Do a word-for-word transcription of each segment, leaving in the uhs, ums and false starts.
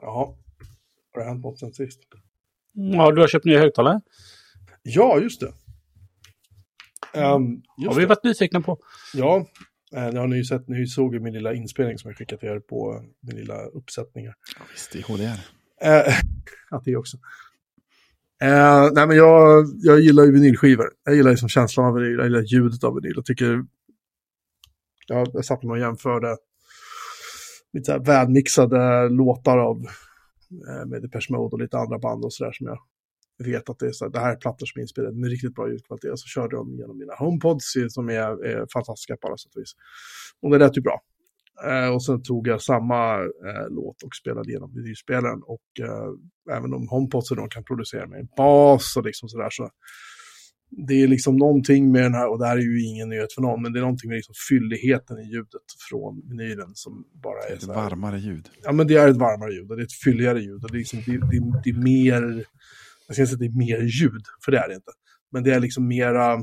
Jaha. Har det hänt något sen sist? Ja, du har köpt nya högtalare? Ja, just det. Um, just har vi det. varit nyfikna på? Ja, ni har ni sett, ni såg ju min lilla inspelning som jag skickat till er på min lilla uppsättningar. Ja, visst, det är H D R. Uh, ja, det också. Uh, nej, men jag, jag gillar ju vinylskivor. Jag gillar liksom känslan av vinyl. Jag gillar ljudet av vinyl. Jag tycker... Ja, jag satt mig och jämförde lite så här välmixade låtar av uh, med Depeche Mode och lite andra band och sådär som jag vet att det är så här, det här är plattor som är inspelade med riktigt bra ljudkvalitet. Och så körde de genom mina HomePods som är, är fantastiska på alla sätt och vis. Och det lät ju bra. Uh, och sen tog jag samma uh, låt och spelade igenom vinylspelaren. Och uh, även om HomePodsen de kan producera med en bas och liksom sådär, så det är liksom någonting med den här, och det här är ju ingen nyhet för någon, men det är någonting med liksom fylligheten i ljudet från vinylen som bara är, det är ett så här, varmare ljud. Ja, men det är ett varmare ljud och det är ett fylligare ljud och det är, liksom, det, det, det är mer, jag ska inte säga att det är mer ljud, för det är det inte, men det är liksom mera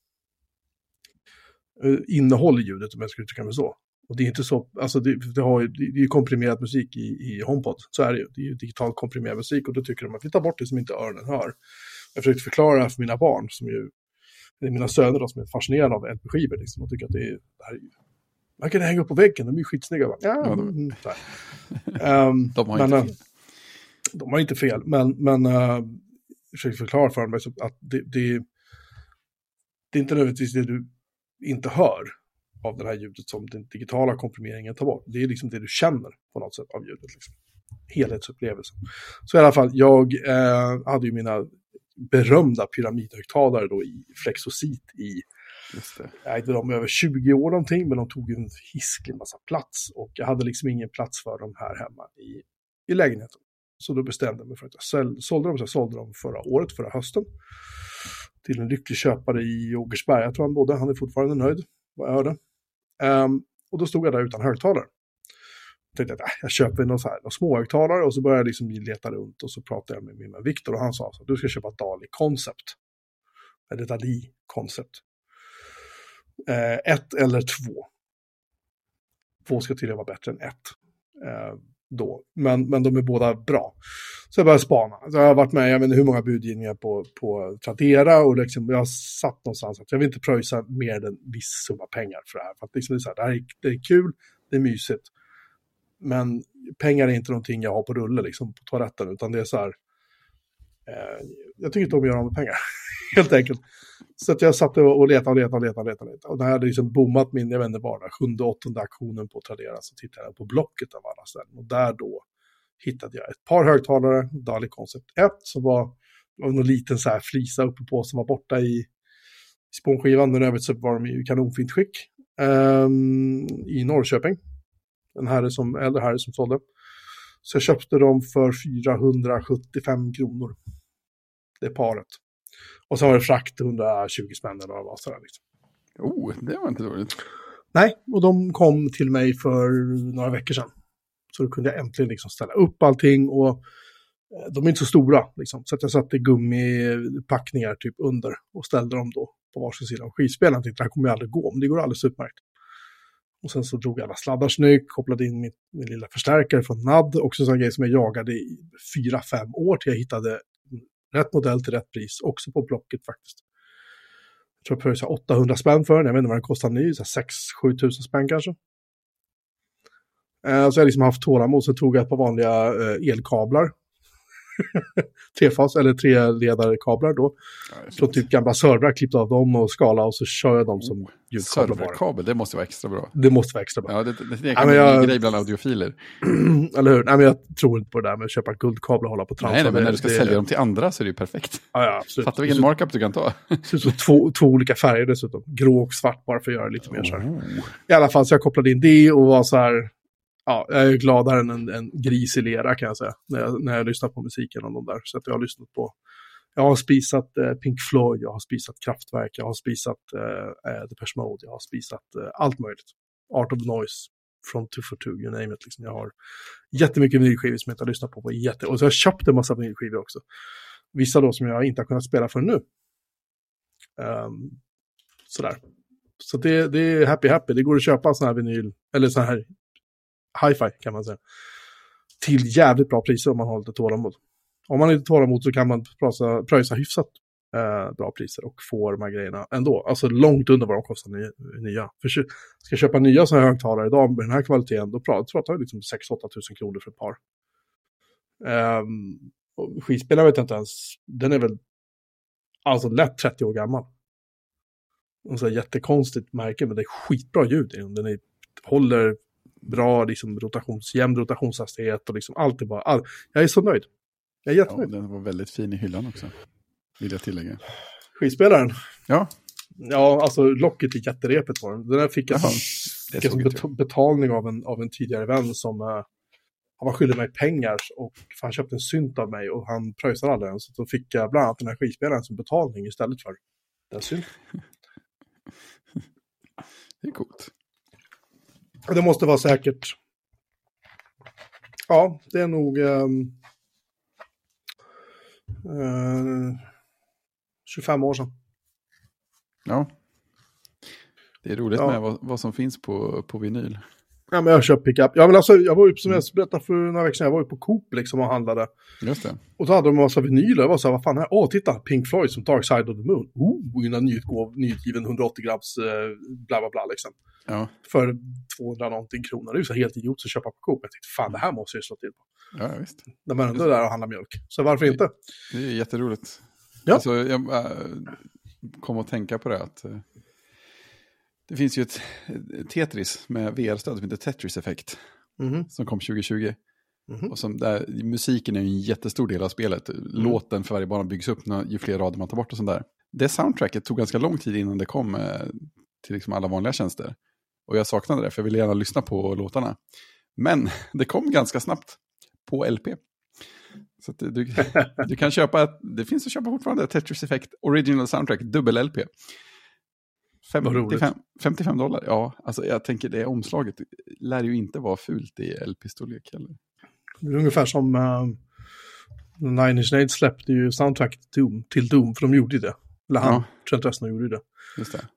uh, innehåll i ljudet, om jag ska uttrycka mig så. Och det är inte så, alltså det, det, har ju, det är ju komprimerad musik i, i HomePod, så är det ju. Det är ju digitalt komprimerad musik och då tycker de att vi tar bort det som inte öronen hör. Jag försökte förklara det här för mina barn, som ju, det är mina söner då, som är fascinerade av L P-skivor liksom, och tycker att det är, det här är ju, man kan hänga upp på väggen, de är skitsnygga. Ja, ja, de, mm, um, de har men, inte fel. De har inte fel, men, men uh, jag försökte förklara för dem att det, det, det är inte nödvändigtvis det du inte hör av det här ljudet som den digitala komprimeringen tar bort. Det är liksom det du känner på något sätt av ljudet. Liksom. Helhetsupplevelsen. Så i alla fall, jag eh, hade ju mina berömda pyramidhögtalare då i Flexosit i, jag vet de över tjugo år någonting, men de tog en hisklig massa plats och jag hade liksom ingen plats för dem här hemma i, i lägenheten. Så då bestämde jag mig för att jag sålde, sålde dem, så jag sålde dem förra året, förra hösten, till en lycklig köpare i Åkersberg. Jag tror han bodde, han är fortfarande nöjd, vad jag hörde. Um, och då stod jag där utan högtalare. Jag tänkte att äh, jag köper någon, så här, någon små högtalare och så började jag liksom leta runt och så pratade jag med min Victor och han sa att du ska köpa Dali Concept. Eller Dali Concept. Uh, ett eller två. Två ska tydligen vara bättre än ett. Uh, då. Men, men de är båda bra. Så jag började spana. Så jag har varit med, jag vet inte hur många budgivningar på, på Tradera och liksom, jag har satt någonstans att jag vill inte pröjsa mer än en viss summa pengar för det här. För att liksom det, är så här, det, här är, det är kul, det är mysigt. Men pengar är inte någonting jag har på rulle liksom, på toaletten, utan det är så här, eh, jag tycker inte om att göra med pengar, helt enkelt. Så att jag satt och letade och letade och letade och letade. Och när jag hade liksom bommat min, jag vet inte bara, sjunde, åttonde aktionen på Tradera, så tittade jag på Blocket av alla ställen. Och där då hittade jag ett par högtalare, Dali Concept ett, som var, var någon liten så här flisa uppe på som var borta i, i spånskivan, men övrigt så var de i kanonfint skick. Um, I Norrköping. En herre som, äldre herre som sålde. Så jag köpte dem för fyrahundrasjuttiofem kronor. Det paret. Och så var det frakt hundratjugo spänn eller vad sådär liksom. Oh, det var inte dåligt. Nej, och de kom till mig för några veckor sedan. Så då kunde jag äntligen liksom ställa upp allting och de är inte så stora liksom. Så att jag satte gummipackningar typ under och ställde dem då på varsin sida av skivspelaren. Tänkte det här kommer ju aldrig gå, men det går alldeles utmärkt. Och sen så drog jag alla sladdar snyggt, kopplade in min, min lilla förstärkare från N A D. Också en sån grej som jag jagade i fyra fem år till jag hittade rätt modell till rätt pris. Också på Blocket faktiskt. Jag tror jag pröjsade åttahundra spänn för den. Jag vet inte vad den kostar nu, sex till sju tusen spänn kanske. Eh, så jag har liksom haft tålamod. Så tog jag ett par vanliga eh, elkablar. Trefas eller tre ledarkablar då. Ja, från typ gamla servrar, klippt av dem och skala och så kör jag dem som oh, ljudkablar. Serverkabel, det måste vara extra bra. Det måste vara extra bra. Ja, det, det, det är ja, en grej bland audiofiler. Eller hur? Nej, men jag tror inte på det där med att köpa guldkablar och hålla på transa. Nej, nej, men när du ska det, sälja det, dem till andra så är det ju perfekt. Ja, ja, absolut. Fattar vilken markup du kan ta. Så, så två, två olika färger dessutom. Grå och svart bara för att göra lite mer så här. Oh. I alla fall så jag kopplade in det och var så här. Ja, jag är gladare än en, en gris i lera kan jag säga. När jag, när jag lyssnar på musiken om de där. Så att jag har lyssnat på. Jag har spisat eh, Pink Floyd, jag har spisat Kraftwerk, jag har spisat eh, Depeche Mode, jag har spisat eh, allt möjligt. Art of Noise, From two for two, you name it. Liksom. Jag har jättemycket vinylskivor som jag inte har lyssnat på. på jätte... Och så har jag köpt en massa vinylskivor också. Vissa då som jag inte har kunnat spela för nu. Um, sådär. Så det, det är happy happy. Det går att köpa sån här vinyl, eller sån här hi-fi kan man säga. till jävligt bra priser om man har lite tålamod. Om man inte tålamod så kan man pröjsa, pröjsa hyfsat eh, bra priser och få de här grejerna ändå. Alltså långt under vad de kostar nya. nya. För ska jag köpa nya sådana här högtalare idag med den här kvaliteten, då pratar vi liksom sex till åtta tusen kronor för ett par. Um, och skivspelaren vet jag inte ens, den är väl alltså lätt trettio år gammal. Och så jättekonstigt märke, men det är skitbra ljud i den. Den är, håller bra liksom, rotations, jämn rotationshastighet och liksom allt är bara... All, jag är så nöjd. Jag är jättenöjd. Ja, den var väldigt fin i hyllan också, vill jag tillägga. Skivspelaren? Ja. Ja, alltså locket i jätterepet var den. Den här fick jag som, det fick jag som bet- jag. betalning av en, av en tidigare vän som... Uh, han var skyldig mig pengar och han köpte en synt av mig och han pröjsade aldrig den. Så då fick jag bland annat den här skivspelaren som betalning istället för den synt. Det är coolt. Och det måste vara säkert. Ja, det är nog um, uh, tjugofem år sedan. Ja. Det är roligt ja. med vad, vad som finns på, på vinyl. Ja, men jag har köpt pickup. Ja, men alltså, jag var ju, som jag berättade för några veckor sedan, jag var ju på Coop liksom och handlade. Just det. Och så hade de en massa vinyler. Jag var så här, vad fan är det? Åh, titta, Pink Floyd som Dark Side of the Moon. Oh, innan nyutgåv, nyutgiven hundraåttio grams eh, bla bla bla liksom. Ja. För tvåhundra någonting kronor. Det är ju så helt idiot att köpa på Coop. Jag tänkte, fan det här måste jag slå till på. Ja, visst. När man ändå är där och handlar mjölk. Så varför inte? Det är jätteroligt. Ja. Alltså, jag äh, kom att tänka på det att äh, det finns ju ett, ett Tetris med V R-stöd som heter Tetris Effect. Mm-hmm. Som kom tjugo tjugo. Mm-hmm. Och som där, musiken är ju en jättestor del av spelet. Mm. Låten för varje bana byggs upp när, ju fler rader man tar bort och sånt där. Det soundtracket tog ganska lång tid innan det kom eh, till liksom alla vanliga tjänster. Och jag saknade det för jag ville gärna lyssna på låtarna. Men det kom ganska snabbt på L P. Så att du, du kan köpa, ett, det finns att köpa fortfarande, Tetris Effect Original Soundtrack, dubbel L P. femtiofem, femtiofem dollar, ja. Alltså jag tänker det omslaget lär ju inte vara fult i L P-storlek heller. Det är ungefär som uh, Nine Inch Nails släppte ju soundtrack till Doom, till Doom, för de gjorde ju det. Eller han, ja. Trent Reznor gjorde ju det. Just det.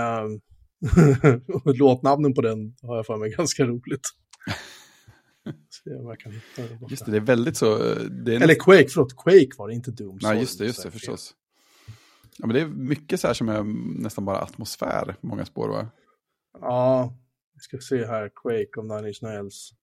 Uh, låtnamnen på den har jag för mig ganska roligt. Så jag kan hitta det. Just det, det är väldigt så... Det är Eller Quake, förlåt, Quake var det, inte Doom. Nej, just det, just det, förstås. Ja, men det är mycket så här som är nästan bara atmosfär, många spår, va? Ja, vi ska se här, Quake om Nine Inch Nails.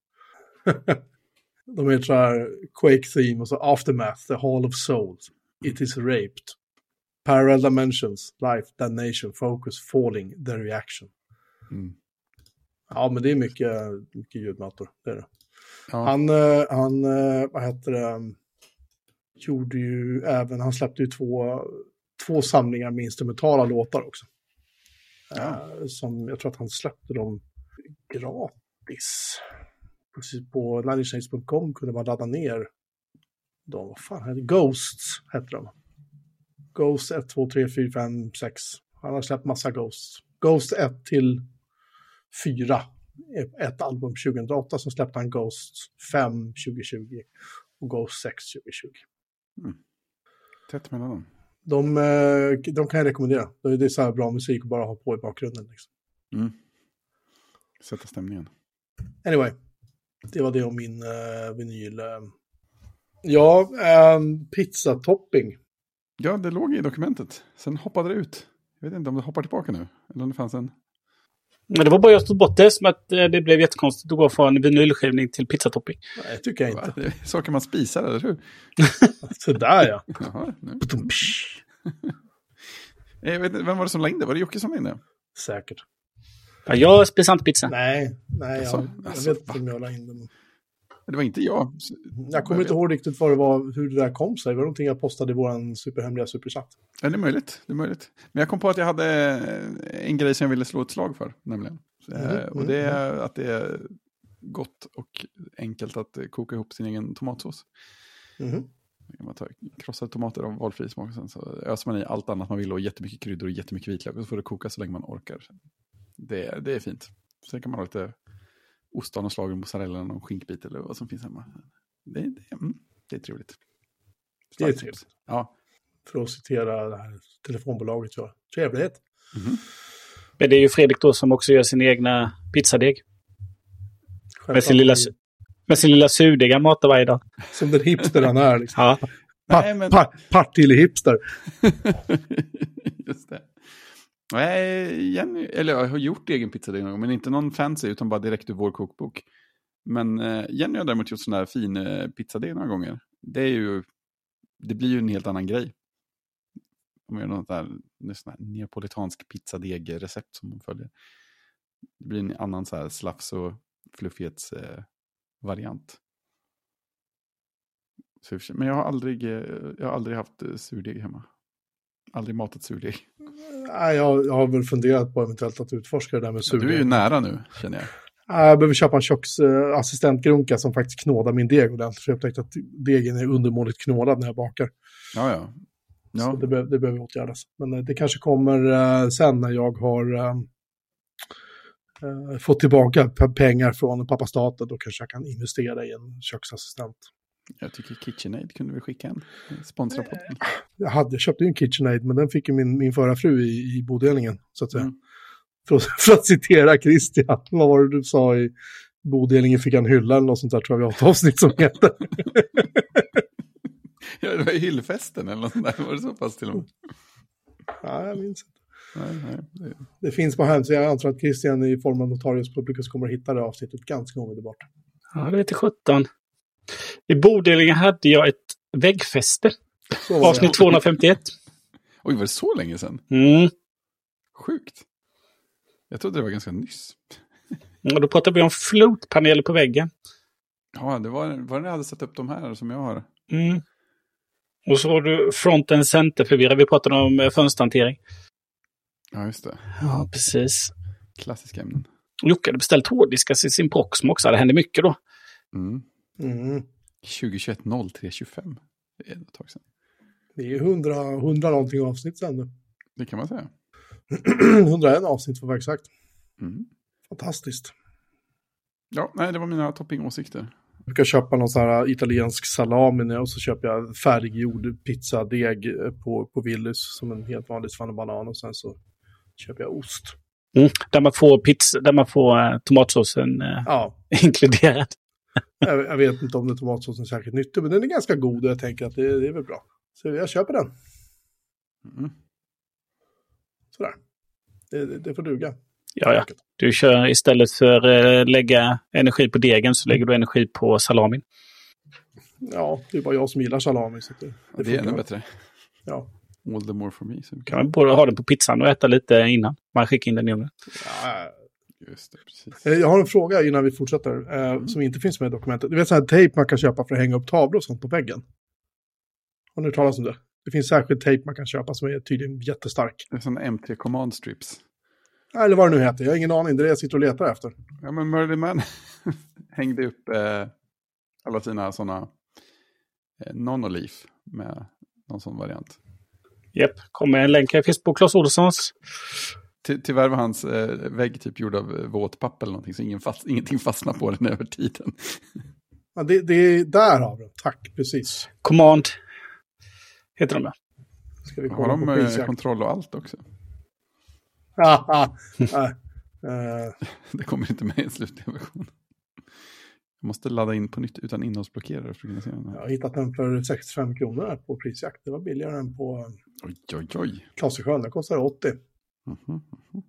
De heter så här, Quake Theme och så Aftermath, The Hall of Souls, It is Raped, Parallel Dimensions, Life, Damnation, Focus, Falling, The Reaction. Mm. Ja, men det är mycket, mycket ljudmattor, det är det. Ja. Han, han, vad heter det, gjorde ju även, han släppte ju två, två samlingar med instrumentala låtar också. Ja. Som, jag tror att han släppte dem gratis. Precis på nine inch nails dot com kunde man ladda ner dem. Vad fan hette Ghosts hette de. Ghosts ett, två, tre, fyra, fem, sex. Han har släppt massa Ghosts. Ghost ett till fyra. Ett album tjugohundraåtta, som släppte han Ghosts fem tjugohundratjugo och Ghost sex tjugohundratjugo. Mm. Tätt mellan dem. De, de kan jag rekommendera. Det är så här bra musik att bara ha på i bakgrunden. Liksom. Mm. Sätta stämningen. Anyway, det var det om min uh, vinyl. Uh. Ja, um, pizzatopping. Ja, det låg i dokumentet. Sen hoppade det ut. Jag vet inte om det hoppar tillbaka nu. Eller om det fanns en... Men det var bara jag stod bort det som att det blev jättekonstigt att gå från vinylskivning till pizzatopping. Nej, det tycker jag inte. Det är saker man spisar, eller hur? Sådär, ja. Jaha, nu. Jag vet inte, vem var det som la in det? Var det Jocke som la in det? Säkert. Ja, jag spisar inte pizza. Nej, nej Alltså, jag, jag alltså, vet inte va? om jag la in den. Det var inte jag. Jag kommer inte ihåg riktigt vad det var, hur det där kom sig. Det var någonting jag postade i vår superhemliga superchatt. Ja, det är möjligt. Det är möjligt. Men jag kom på att jag hade en grej som jag ville slå ett slag för, nämligen. Mm, och det är att det är gott och enkelt att koka ihop sin egen tomatsås. Mm. Man tar krossade tomater av valfri smak och sen så öser man i allt annat man vill och jättemycket kryddor och jättemycket vitlök och så får det koka så länge man orkar. Det, det är fint. Sen kan man ha lite ostan och slagen, mozzarella och skinkbit eller vad som finns hemma. Det, det, mm, det är trevligt. Det är trevligt. Ja. För att citera det här telefonbolaget. Ja. Trevligt. Mm-hmm. Men det är ju Fredrik då som också gör sin egna pizzadeg. Med sin lilla, Med sin lilla surdeg han matar varje dag. Som den hipster han är. Liksom. Ja. Pa- Nej, men- pa- Partille-hipster. Just det. Nej, Jenny, eller jag har gjort egen pizza någon gång, men inte någon fancy utan bara direkt ur vår kokbok. Men eh, Jenny har däremot gjort sån där fin eh, pizzadeg några gånger. Det är ju, det blir ju en helt annan grej. Om jag gör något där, sån här neapolitansk pizzadeg-recept som man följer. Det blir en annan så här slafs och fluffighets-variant. Eh, men jag har aldrig, eh, jag har aldrig haft eh, surdeg hemma. Aldrig matat surdeg. Nej, jag, jag har väl funderat på eventuellt att utforska det där med surdeg. Du är ju nära nu, känner jag. Jag behöver köpa en köksassistentgrunka som faktiskt knådar min deg ordentligt. För jag upptäckte att degen är undermåligt knådad när jag bakar. Ja, ja. ja. Så det, be- det behöver åtgärdas. Men eh, det kanske kommer uh, sen när jag har uh, uh, fått tillbaka p- pengar från pappa staten. Då kanske jag kan investera i en köksassistent. Jag tycker KitchenAid kunde vi skicka en. Sponsra på den. Jag, hade, jag köpte ju en KitchenAid, men den fick ju min, min förra fru i, i bodelningen, så att säga. Mm. För, att, för att citera Christian, vad var det du sa i bodelningen fick han hylla eller något sånt där, tror jag vi har ett avsnitt som heter. Ja, det var ju hyllfesten eller något sånt där, var det så pass till och med? Ja, jag minns inte. Nej, nej, det... det finns på hemsidan, jag antar att Christian i form av Notarius Publicus kommer att hitta det avsnittet ganska omedelbart. Ja, det vet jag sjutton. I bodelningen hade jag ett väggfäste. Avsnitt tvåhundrafemtioett. Oj, var det så länge sedan? Mm. Sjukt. Jag trodde det var ganska nyss. Och då pratade vi om floatpaneler på väggen. Ja, det var, var det jag hade satt upp de här som jag har. Mm. Och så har du fronten center förvirrad. Vi pratade om fönsterhantering. Ja, just det. Ja, precis. Klassiska ämnen. Jocke hade beställt hårddiskar till sin Proxmo också. Det hände mycket då. Mm. Mm. tjugohundratjugoett noll tre tjugofem. Det är ett tag sedan. Det är hundra, hundra någonting avsnitt sedan nu. Det kan man säga. hundraett avsnitt för att vara exakt. Mm. Fantastiskt. Ja, nej, det var mina toppingåsikter. Jag brukar köpa någon sån här italiensk salami och så köper jag färdiggjord pizzadeg på, på Willys som en helt vanlig svannebanan och sen så köper jag ost. Mm, där man får pizza, där man får uh, tomatsåsen uh, ja. inkluderad. jag, jag vet inte om det tomatsåsen är särskilt nyttig, men den är ganska god och jag tänker att det, det är väl bra. Så jag köper den. Mm. Sådär. Det, det, det får duga. Ja, ja. Du kör istället för att uh, lägga energi på degen så lägger du energi på salamin. Ja, det är bara jag som gillar salami. Så det, det, ja, det är ännu bättre. Ja. All the more for me. Så kan man både ha den på pizzan och äta lite innan man skickar in den i ugnen. Ja, just det, precis. Jag har en fråga innan vi fortsätter eh, mm. som inte finns med i dokumentet. Du vet sån här tejp man kan köpa för att hänga upp tavlor och sånt på väggen? Har ni hört talas om det? Det finns särskild tejp man kan köpa som är tydligen jättestark. Det är sådana M tre Command Strips. Eller vad det nu heter, jag har ingen aning. Det är det jag sitter och letar efter. Ja, men Merlin Man hängde upp eh, alla sina sådana eh, Nonolief med någon sån variant. Japp, kommer en länk här finns på Claes Olssons. Ty- tyvärr var hans eh, vägg typ gjord av våtpapp eller någonting så ingen fast, ingenting fastnar på den över tiden. Ja, det, det är där har vi. Tack, precis. Command heter de där. Ska vi har de eh, kontroll och allt också? Haha. uh. Det kommer inte med i en slutlig version. Jag måste ladda in på nytt utan innehållsblockerare för att kunna se den här. Jag har hittat den för sextiofem kronor här på prisjakt. Det var billigare än på oj, oj, oj. Klasesjön. Det kostar åttio. Mm-hmm.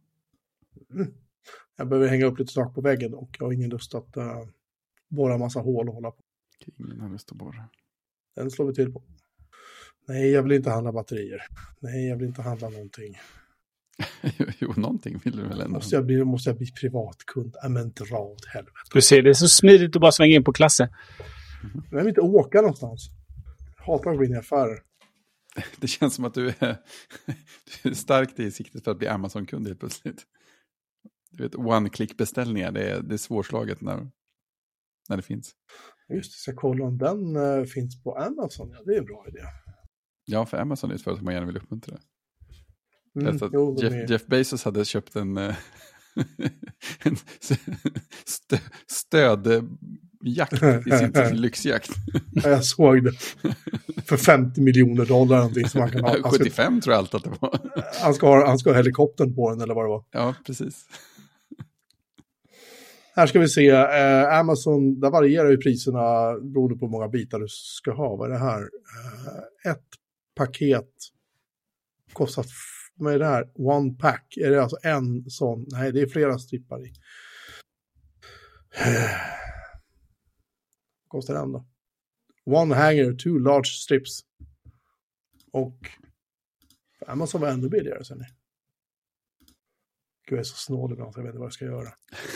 Mm. Jag behöver hänga upp lite saker på väggen och jag har ingen lust att uh, borra en massa hål och hålla på. Ingen har lust att borra. Den slår vi till på. Nej, jag vill inte handla batterier. Nej, jag vill inte handla någonting. Jo, någonting vill du väl ändå. Måste jag bli, måste jag bli privatkund? Ja, men dra åt helvete. Du ser, det är så smidigt att bara svänga in på Klasse. Mm-hmm. Jag vill inte åka någonstans. Jag hatar att gå in i affärer. Det känns som att du är, du är starkt i siktet för att bli Amazon-kund helt plötsligt. Du vet, one-click-beställningar, det är, det är svårslaget när, när det finns. Just det, ska kolla om den uh, finns på Amazon. Ja, det är en bra idé. Ja, för Amazon är ett företag man gärna vill uppmuntra. Mm, att jo, Jeff, är... Jeff Bezos hade köpt en, en stö, stödjakt i sin, sin lyxjakt. Ja, jag såg det. För femtio miljoner dollar någonting som man kan ha. Han sjuttiofem ska, tror jag allt att det var. Han ska, ha, han ska ha helikoptern på den eller vad det var. Ja, precis. Här ska vi se, eh, Amazon, där varierar ju priserna beroende på hur många bitar du ska ha. Vad är det här? Eh, ett paket kostar, vad är det här? One pack, är det alltså en sån? Nej, det är flera strippar i. Eh, kostar den då? One hanger, two large strips. Och Amazon var ännu billigare sen. Gud, jag är så snål ibland, jag vet inte vad jag ska göra.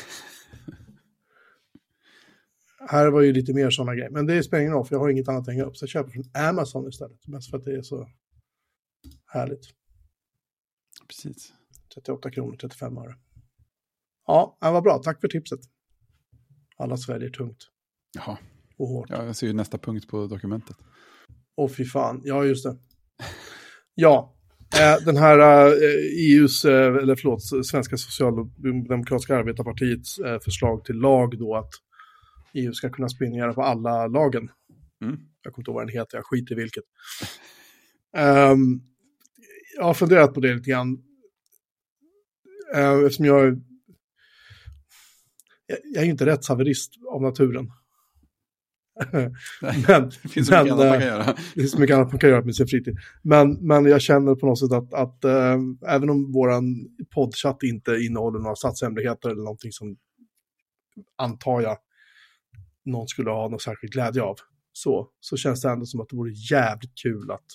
Här var ju lite mer sådana grejer. Men det spelar ingen roll, för jag har inget annat att hänga upp. Så jag köper från Amazon istället. Mest för att det är så härligt. Precis. trettioåtta kronor, trettiofem öre. Ja, det var bra. Tack för tipset. Alla sväljer tungt. Jaha. Och hårt. Ja, jag ser ju nästa punkt på dokumentet. Åh, fy fan. Ja, just det. Ja, eh, den här eh, E U:s, eh, eller förlåt, Svenska Socialdemokratiska Arbetarpartiets eh, förslag till lag då att E U ska kunna spionera på alla lagen. Mm. Jag kommer inte ihåg vad den heter, jag skiter i vilket. um, jag har funderat på det lite grann. Uh, eftersom jag, jag, jag är ju inte rättshaverist av naturen. Nej, men, det finns så mycket men, annat man kan göra. Det finns så mycket annat man kan göra med sin fritid. Men, men jag känner på något sätt att, att uh, även om våran poddchatt inte innehåller några statshemligheter eller någonting som antar jag någon skulle ha någon särskild glädje av, så, så känns det ändå som att det vore jävligt kul att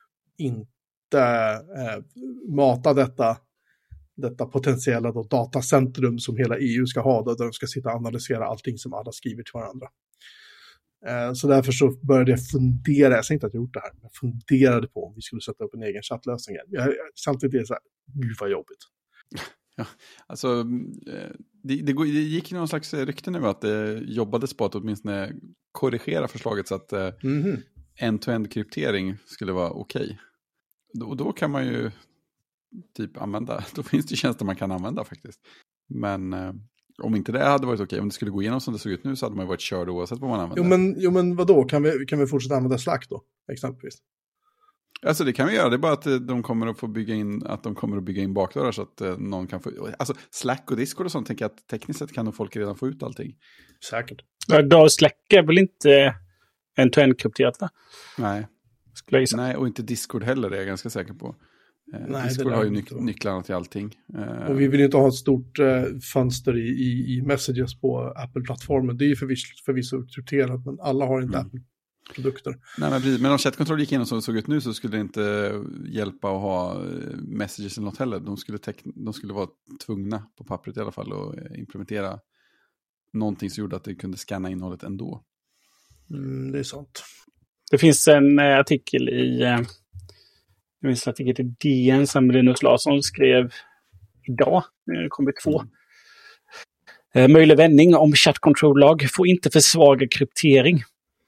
inte eh, mata detta, detta potentiella då, datacentrum som hela E U ska ha, då, där de ska sitta och analysera allting som alla skriver till varandra. Eh, så därför så började jag fundera, jag säger inte att jag gjort det här, men jag funderade på om vi skulle sätta upp en egen chattlösning. Jag, samtidigt är det så här, gud vad jobbigt. Ja, alltså det, det, det gick någon slags rykte nu att det jobbades på att åtminstone korrigera förslaget så att mm-hmm. end-to-end-kryptering skulle vara okej. Och då kan man ju typ använda, då finns det tjänster man kan använda faktiskt. Men eh, om inte det hade varit okej, om det skulle gå igenom som det såg ut nu så hade man ju varit körd oavsett vad man använder. Jo men, jo, men vadå, kan vi, kan vi fortsätta använda Slack då, exempelvis? Alltså det kan vi göra, det är bara att de kommer att få bygga in att de kommer att bygga in bakdörrar så att eh, någon kan få, alltså Slack och Discord och sånt tänker jag att tekniskt sett kan nog folk redan få ut allting. Säkert. Ja, då Slack är väl inte end-to-end krypterat va? Nej. Skulle jag gissa. Nej, och inte Discord heller, det är jag ganska säker på. Eh, Nej, Discord har ju nyc- nycklarna till allting. Eh, och vi vill ju inte ha ett stort eh, fönster i, i, i Messages på Apple-plattformen. Det är ju förvisso, förvisso krypterat, men alla har inte mm. Apple-produkter. Nej, men, men om chattkontroll gick igenom som det såg ut nu så skulle det inte hjälpa att ha Messages eller något heller. De skulle, teck- de skulle vara tvungna på pappret i alla fall att implementera någonting som gjorde att det kunde scanna innehållet ändå. Mm, det är sant. Det finns en eh, artikel i eh, det finns en artikel i D N som Linus Larsson skrev idag. Det kommer två. Mm. Eh, möjlig vändning om chattkontrollag får inte försvaga kryptering.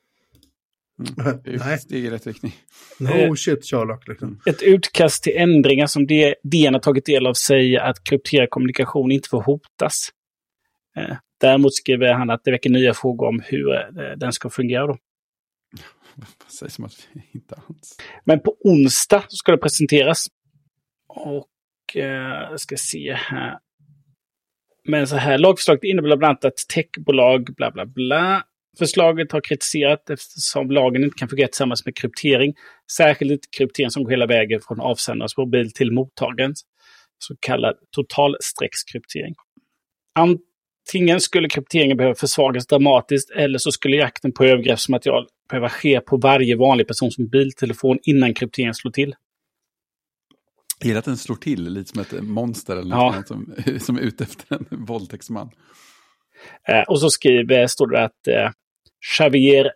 Mm. Nej. Det är i rätt riktning. No shit, Sherlock. Liksom. Ett utkast till ändringar som D N har tagit del av säger att krypterad kommunikation inte får hotas. Eh, däremot skriver han att det väcker nya frågor om hur eh, den ska fungera då. Säg som att vi inte alls. Men på onsdag ska det presenteras. Och eh, jag ska se här. Men så här, lagförslaget innebär bland annat att techbolag bla bla bla. Förslaget har kritiserat eftersom lagen inte kan fungera tillsammans med kryptering. Särskilt kryptering som går hela vägen från avsändarens mobil till mottagarens. Så kallad totalstreckskryptering. Antingen skulle krypteringen behöva försvagas dramatiskt eller så skulle jakten på övergreppsmaterial behöva ske på varje vanlig persons mobiltelefon innan krypteringen slår till. Jag gillar att den slår till lite som ett monster eller ja. något som, som är ute efter en våldtäktsman. Eh, och så skriver, står det att eh, Xavier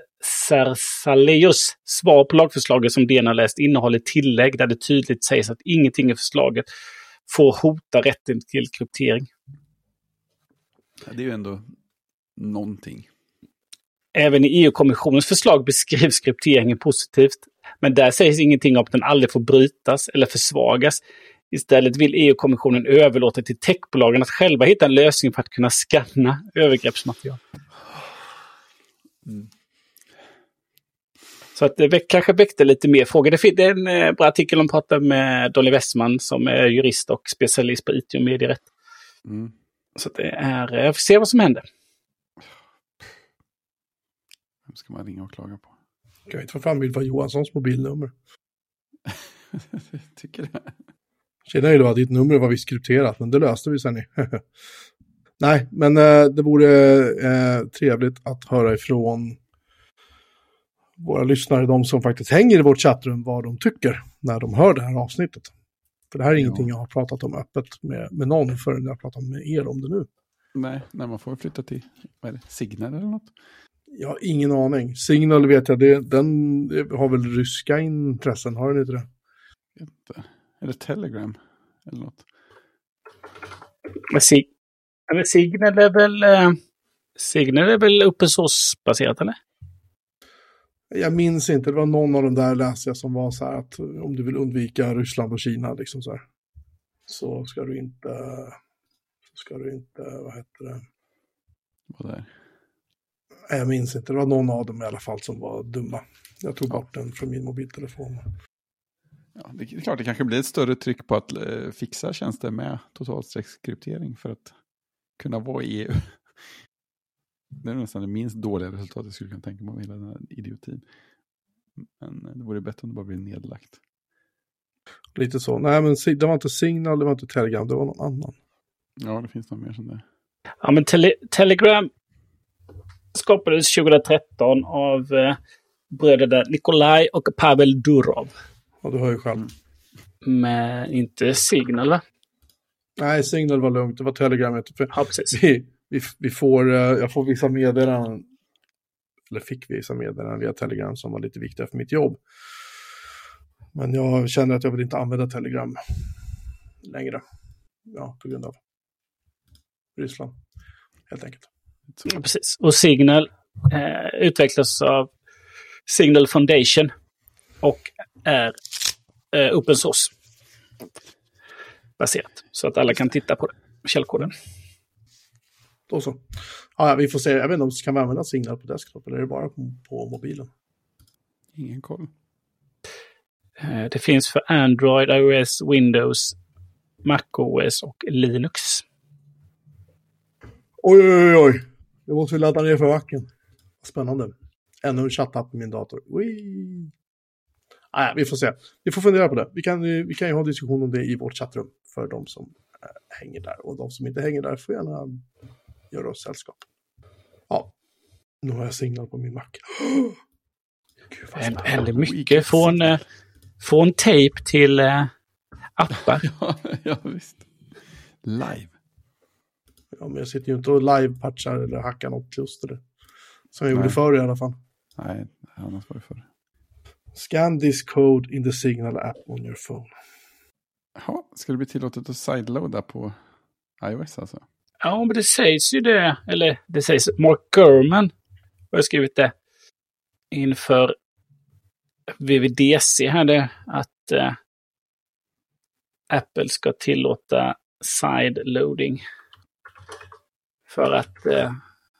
Zarzaleus svar på lagförslaget som D N har läst innehåller tillägg där det tydligt sägs att ingenting i förslaget får hota rätten till kryptering. Ja, det är ju ändå någonting. Även i E U-kommissionens förslag beskrivs krypteringen positivt, men där sägs ingenting om att den aldrig får brytas eller försvagas. Istället vill E U-kommissionen överlåta till techbolagen att själva hitta en lösning för att kunna skanna övergreppsmaterial. Mm. Så att det kanske väckte lite mer frågor. Det är en eh, bra artikel om pratar med Dolly Westman som är jurist och specialist på I T och medierätt. Mm. Så det är, jag får se vad som händer. Vem ska man ringa och klaga på? Kan jag inte få fram Ylva Johanssons mobilnummer? Tycker det. Tjena Ylva, ditt nummer var visst krypterat, men det löste vi sen. I. Nej, men eh, det vore eh, trevligt att höra ifrån våra lyssnare, de som faktiskt hänger i vårt chattrum, vad de tycker när de hör det här avsnittet. För det här är ja. ingenting jag har pratat om öppet med, med någon förrän jag har pratat med er om det nu. Nej, när man får flytta till vad är det, Signal eller något? Jag har ingen aning. Signal vet jag, det, den har väl ryska intressen, har den inte det? Inte. Eller Telegram eller något. Men Sig- eller Signal är väl eh, Signal är väl open source-baserat, eller? Jag minns inte, det var någon av de där läste jag som var så här att om du vill undvika Ryssland och Kina liksom så här, så ska du inte ska du inte, vad heter det? Vad där? Jag minns inte, det var någon av dem i alla fall som var dumma. Jag tog bort den från min mobiltelefon. Ja, det är klart det kanske blir ett större tryck på att eh, fixa tjänster med totalstreckskryptering för att kunna vara i E U. Det är nästan det minst dåliga resultatet jag skulle kunna tänka mig med hela den här idiotin. Men det vore bättre om det bara blev nedlagt. Lite så. Nej, men det var inte Signal, det var inte Telegram, det var någon annan. Ja, det finns något mer som det. Ja, men tele- Telegram skapades tjugohundratretton av eh, bröderna Nikolaj och Pavel Durov. Ja, du hör ju själv. Mm. Men inte Signal, va? Nej, Signal var lugnt. Det var Telegram. För ja, precis. Vi, vi, vi får, jag får vissa meddelanden, eller fick vissa meddelanden via Telegram som var lite viktiga för mitt jobb. Men jag känner att jag vill inte använda Telegram längre. Ja, på grund av Ryssland, helt enkelt. Ja, precis. Och Signal eh, utvecklas av Signal Foundation och är eh, open source baserat. Så att alla kan titta på det, källkoden. Då så. Ja, vi får se. Jag vet inte om vi kan använda Signal på desktop eller är det bara på, på mobilen? Ingen koll. Eh, det finns för Android, iOS, Windows, macOS och Linux. Oj, oj, oj. Det måste vi ladda ner för vacken. Spännande. Ännu en chattapp på min dator. Wee. Ah, vi får se. Vi får fundera på det. Vi kan, vi kan ju ha en diskussion om det i vårt chattrum för de som äh, hänger där. Och de som inte hänger där får gärna göra oss sällskap. Ja. Nu har jag Signal på min Mac. Oh! Gud, det händer mycket. Från, äh, från tape till äh, appar. ja, ja, visst. Live. Ja, men jag sitter ju inte och live-patchar eller hackar något kluster. Som jag Nej. gjorde förr i alla fall. Nej, annars var det förr. Scan this code in the Signal app on your phone. Jaha, ska det bli tillåtet att sideloada på iOS alltså? Ja, men det sägs ju det. Eller det sägs Mark Gurman har skrivit det inför W W D C här det, att äh, Apple ska tillåta sideloading för att äh,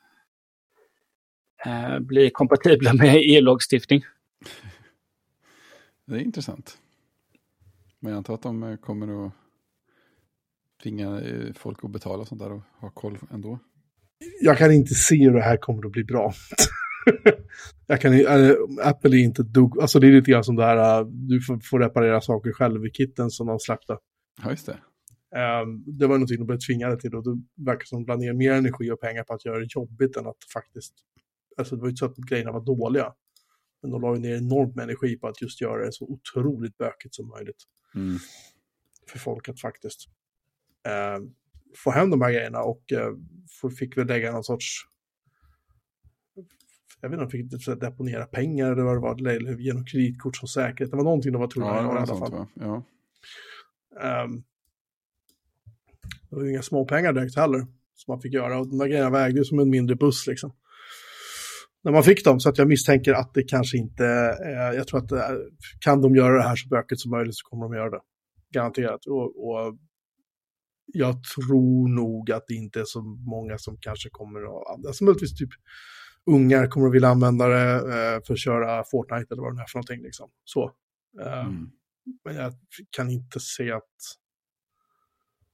äh, bli kompatibla med E U-lagstiftning. Det är intressant. Men jag antar att de kommer att tvinga folk att betala sånt där och ha koll ändå. Jag kan inte se hur det här kommer att bli bra. jag kan, äh, Apple är inte dugg. Alltså det är lite grann som det här, äh, du får, får reparera saker själv i kitten som de släppte. Ja, just det. Um, det var någonting de blev tvingade till och det verkar som de la ner mer energi och pengar på att göra det jobbigt än att faktiskt, alltså det var ju inte så att grejerna var dåliga, men de la ju ner enormt med energi på att just göra det så otroligt bökigt som möjligt mm. för folk att faktiskt uh, få hem de här grejerna och uh, fick väl lägga någon sorts, jag vet inte om de fick deponera pengar eller vad det var, eller genom kreditkort som säkerhet, det var någonting de var tvungna ja, att göra i alla sånt, fall. Ja. Um, Det var ju inga små pengar direkt heller som man fick göra. Och de där grejerna vägde ju som en mindre buss liksom. När man fick dem, så att jag misstänker att det kanske inte, eh, jag tror att eh, kan de göra det här så bökigt som möjligt så kommer de göra det. Garanterat. Och, och jag tror nog att det inte är så många som kanske kommer att använda. Alltså möjligtvis typ ungar kommer att vilja använda det eh, för att köra Fortnite eller vad det är för någonting liksom. Så. Eh, mm. Men jag kan inte se att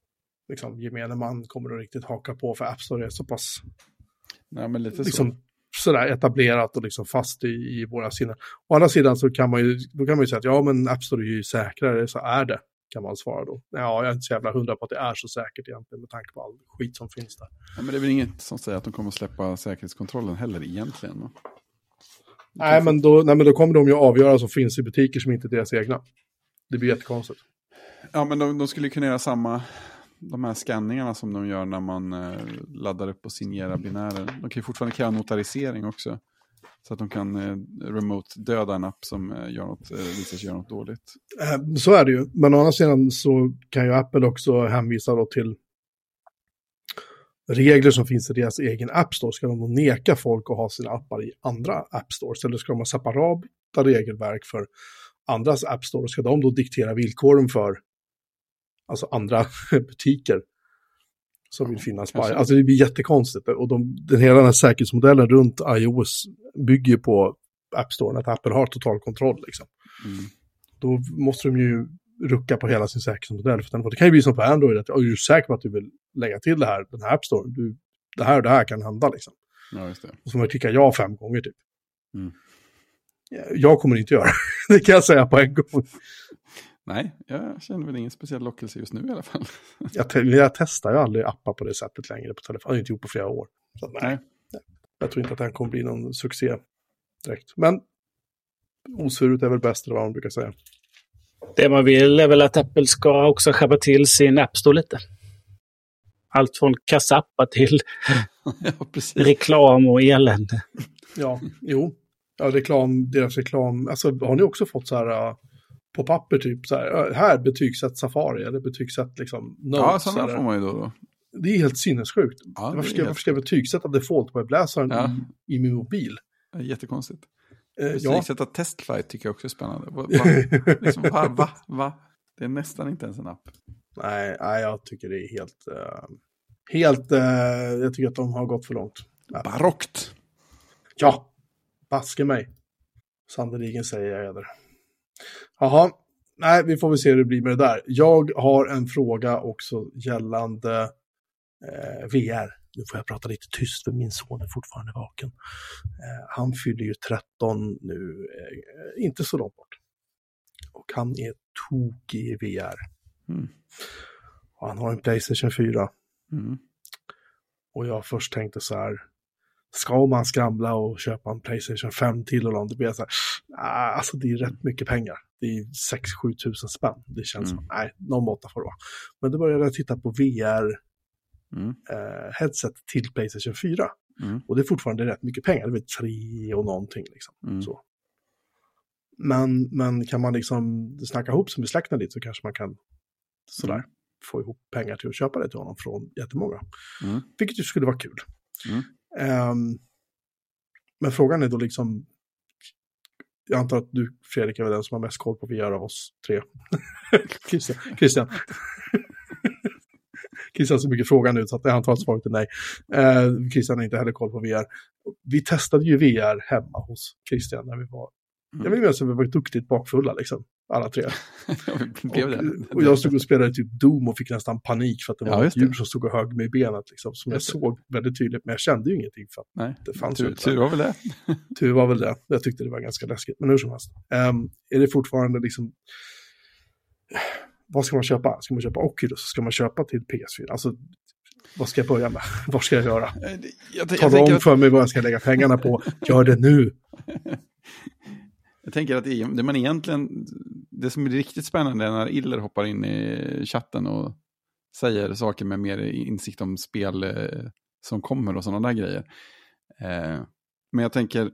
liksom, gemene man kommer att riktigt haka på, för App Store är så pass Nej, men lite liksom, så. sådär etablerat och liksom fast i, i våra sinnen. Å andra sidan så kan man ju, då kan man ju säga att ja, men App Store är ju säkrare, så är det, kan man svara då. Ja, jag är inte så jävla hundra på att det är så säkert egentligen med tanke på all skit som finns där. Ja, men det är väl inget som säger att de kommer att släppa säkerhetskontrollen heller egentligen. Va? Nej men, då, nej, men då kommer de ju avgöra som finns i butiker som inte är deras egna. Det blir jättekonstigt. Ja, men de, de skulle kunna göra samma, de här scanningarna som de gör när man eh, laddar upp och signerar binärer. De kan ju fortfarande kräva notarisering också. Så att de kan eh, remote döda en app som eh, gör något, eh, visar sig göra något dåligt. Eh, så är det ju. Men å andra sidan så kan ju Apple också hänvisa då till regler som finns i deras egen App Store. Ska de då neka folk att ha sina appar i andra App Stores? Eller ska de ha separata regelverk för andras App Store? Ska de då diktera villkoren för alltså andra butiker som vill finnas på? Alltså det blir jättekonstigt. Och de, den hela den här säkerhetsmodellen runt iOS bygger på App Store, att Apple har total kontroll liksom. Mm. Då måste de ju rucka på hela sin säkerhetsmodell. För det kan ju bli som på Android, att är du säker på att du vill lägga till det här, den här App Store, du, det här och det här kan hända liksom. Ja, just det. Och så får man klicka ja fem gånger typ. Mm. Jag kommer inte göra det, kan jag säga på en gång. Nej, jag känner väl ingen speciell lockelse just nu i alla fall. jag, te- jag testar ju aldrig appar på det sättet längre på telefon. Jag har inte gjort på flera år. Så, nej. Nej. Jag tror inte att den kommer bli någon succé direkt. Men osvuret är väl bäst, eller vad man brukar säga. Det man vill är väl att Apple ska också skärpa till sin App Store lite. Allt från kassappar till Ja, precis. reklam och elände. Ja, jo. Ja, reklam, deras reklam. Alltså, har ni också fått så här uh, pop-upper typ så här, uh, här betygsätt Safari eller betygsätt liksom notes. Ja, sådana får man ju då. då. Det är helt sinnessjukt. Ja, varför, ska, varför ska jag betygsätta default-webbläsaren ja. i, i min mobil? Ja, jättekonstigt. Uh, betygsätta ja. Testflight tycker jag också är spännande. Va? Va? liksom, va? Va? Va? Det är nästan inte ens en app. Nej, nej jag tycker det är helt... Uh, helt... Uh, jag tycker att de har gått för långt. Barockt. Ja, baske mig. Sannoliken säger jag det. Jaha, nej vi får väl se hur det blir med det där. Jag har en fråga också gällande eh, V R. Nu får jag prata lite tyst för min son är fortfarande vaken. Eh, han fyller ju tretton nu, eh, inte så långt bort. Och han är tokig i V R. Mm. Och han har en PlayStation fyra. Mm. Och jag först tänkte så här, ska man skramla och köpa en PlayStation fem till och något, det blir så här, ah, alltså det är rätt mycket pengar. Det är sex till sju tusen spänn. Det känns mm. som, nej, någon måtta får det vara. Men då började jag titta på V R mm. eh, headset till PlayStation fyra. Mm. Och det är fortfarande rätt mycket pengar. Det är tre och någonting liksom. Mm. Så. Men, men kan man liksom snacka ihop som i släkten lite så kanske man kan sådär mm. få ihop pengar till att köpa det till honom från jättemånga. Mm. Vilket ju skulle vara kul. Mm. Um, men frågan är då liksom, jag antar att du, Fredrik, är väl den som har mest koll på V R av oss tre. Christian. Christian. Christian så mycket frågan nu så att jag antar att svaret är nej. Uh, Christian har inte heller koll på V R. Vi testade ju V R hemma hos Christian när vi var, mm. jag vill minnas att vi var duktigt bakfulla liksom. Alla tre. och, och jag stod och spelade typ Doom och fick nästan panik för att det var ja, ett djur som stod och högg mig i benet liksom, som jag såg väldigt tydligt, men jag kände ju ingenting för att Nej, det fanns tur, tur var väl det. tur var väl det. Jag tyckte det var ganska läskigt, men hur som helst. Um, är det fortfarande liksom, vad ska man köpa? Ska man köpa Oculus? Ska man köpa till P S fyra? Alltså, vad ska jag börja med? Vad ska jag göra? Jag, jag, jag Tala om att... för mig vad jag ska lägga pengarna på. Gör det nu! Jag tänker att det man egentligen, det som är riktigt spännande är när Iller hoppar in i chatten och säger saker med mer insikt om spel eh, som kommer och sådana där grejer. Eh, men jag tänker,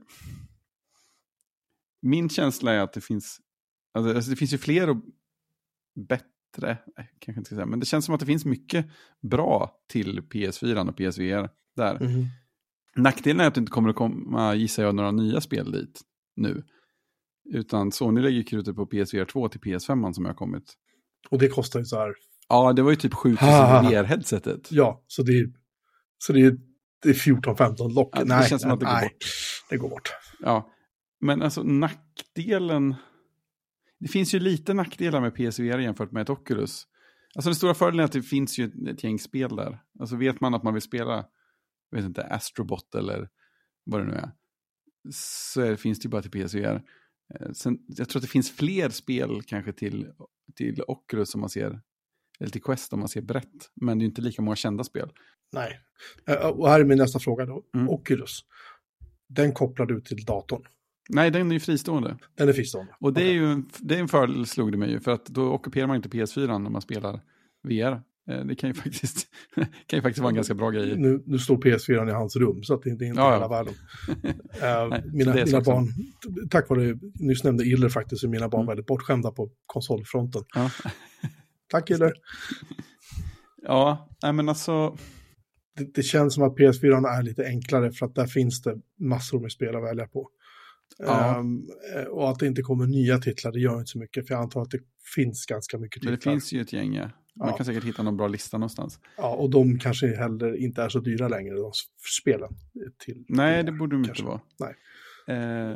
min känsla är att det finns, alltså det finns ju fler och bättre, kanske inte ska säga, men det känns som att det finns mycket bra till P S fyra och P S V R där. Mm. Nackdelen är att det inte kommer att komma, gissar jag, några nya spel dit nu. Utan Sony lägger krutet på P S V R två till P S fem som har kommit. Och det kostar ju så här. Ja, det var ju typ sju tusen V R-headsetet. Ja, så det är, så det är, det är fjorton femton lock. Ja, det nej, känns som nej, att det går nej, bort. Det går bort. Ja, men alltså nackdelen. Det finns ju lite nackdelar med P S V R jämfört med ett Oculus. Alltså den stora fördelen är att det finns ju ett, ett gäng spel där. Alltså vet man att man vill spela, jag vet inte, Astrobot eller vad det nu är. Så är, finns det ju bara till P S V R. Sen, jag tror att det finns fler spel kanske till, till Oculus om man ser, eller till Quest om man ser brett. Men det är ju inte lika många kända spel. Nej. Och här är min nästa fråga då. Mm. Oculus. Den kopplar du till datorn. Nej, den är ju fristående. Den är fristående. Och det okay. är ju en, det är en fördel, slog det mig ju. För att då ockuperar man inte P S fyra när man spelar V R. Det kan ju faktiskt, kan ju faktiskt vara en ganska bra grej. Nu, nu står P S fyra i hans rum, så att det, det är inte ja, hela ja. världen. Nej, uh, mina mina barn, som... tack vare nyss nämnde Iller faktiskt, är mina barn mm. väldigt bortskämda på konsolfronten. Ja. Tack Iller. Ja, nej men alltså... Det, det känns som att P S fyra är lite enklare för att där finns det massor med spel att välja på. Ja. Um, och att det inte kommer nya titlar, det gör inte så mycket. För jag antar att det finns ganska mycket titlar. Men det finns ju ett gäng, ja. Man ja. kan säkert hitta någon bra lista någonstans. Ja, och de kanske heller inte är så dyra längre, de spelen. Till, Nej, till det borde de kanske. inte vara. Nej. Eh...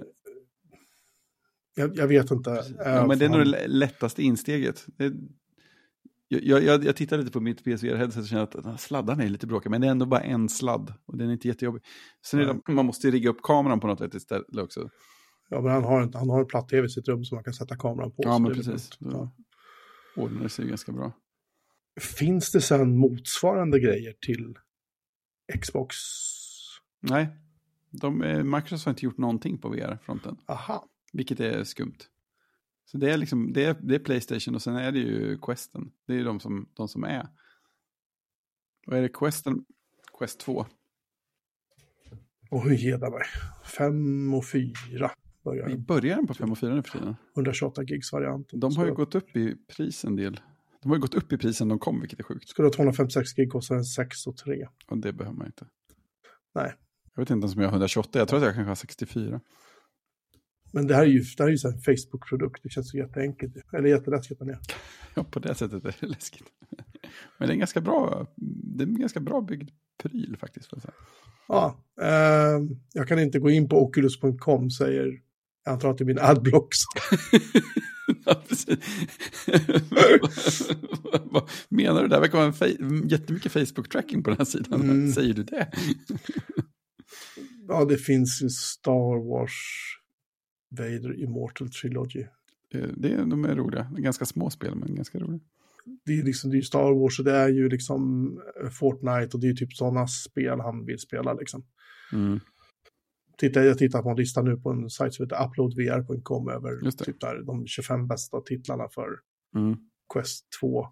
Jag, jag vet inte. Ja, men det är nog det lättaste insteget. Det... Jag, jag, jag tittar lite på mitt P S V R-headset och känner att sladdarna är lite bråkiga. Men det är ändå bara en sladd. Och den är inte jättejobbig. Sen är det, man måste rigga upp kameran på något vet istället också. Ja, men han har, en, han har en platt-tv i sitt rum som man kan sätta kameran på. Ja, men precis. Lite, ja. Ordnar det sig ganska bra. Finns det sen motsvarande grejer till Xbox? Nej. De, Microsoft har inte gjort någonting på V R-fronten. Aha. Vilket är skumt. Så det är liksom, det är, det är PlayStation och sen är det ju Questen. Det är ju de som, de som är. Vad är det? Questen? Quest två. Och hur ger det mig? fem och fyra börjar. Vi börjar den på fem och fyra nu för tiden. etthundratjugoåtta gigs varianten. De har ju jag... gått upp i pris en del. De har ju gått upp i prisen de kom, vilket är sjukt. Skulle ha tvåhundrafemtiosex gig kostar en sex och tre. Och det behöver man inte. Nej. Jag vet inte ens om jag har etthundratjugoåtta. Jag tror att jag kanske har sextiofyra. Men det här är ju, det här är ju en Facebook-produkt. Det känns så jätteenkelt. Eller jätteläskigt. Men ja. Ja, på det sättet är det läskigt. Men det är en ganska bra, det är en ganska bra byggd pryl faktiskt. För att säga. Ja, eh, jag kan inte gå in på oculus punkt com, säger, jag antar att det är min adblocks. Ja, precis. Vad menar du där? Det verkar vara en fa- jättemycket Facebook-tracking på den här sidan. Mm. Säger du det? Ja, det finns ju Star Wars Vader Immortal Trilogy. Det är, de är roliga. Ganska små spel, men ganska roliga. Det är liksom, det är ju Star Wars och det är ju liksom Fortnite och det är ju typ sådana spel han vill spela liksom. Mm. Titta, jag tittar på en lista nu på en sajt som heter upload v r punkt com över typ där, de tjugofem bästa titlarna för mm. Quest två.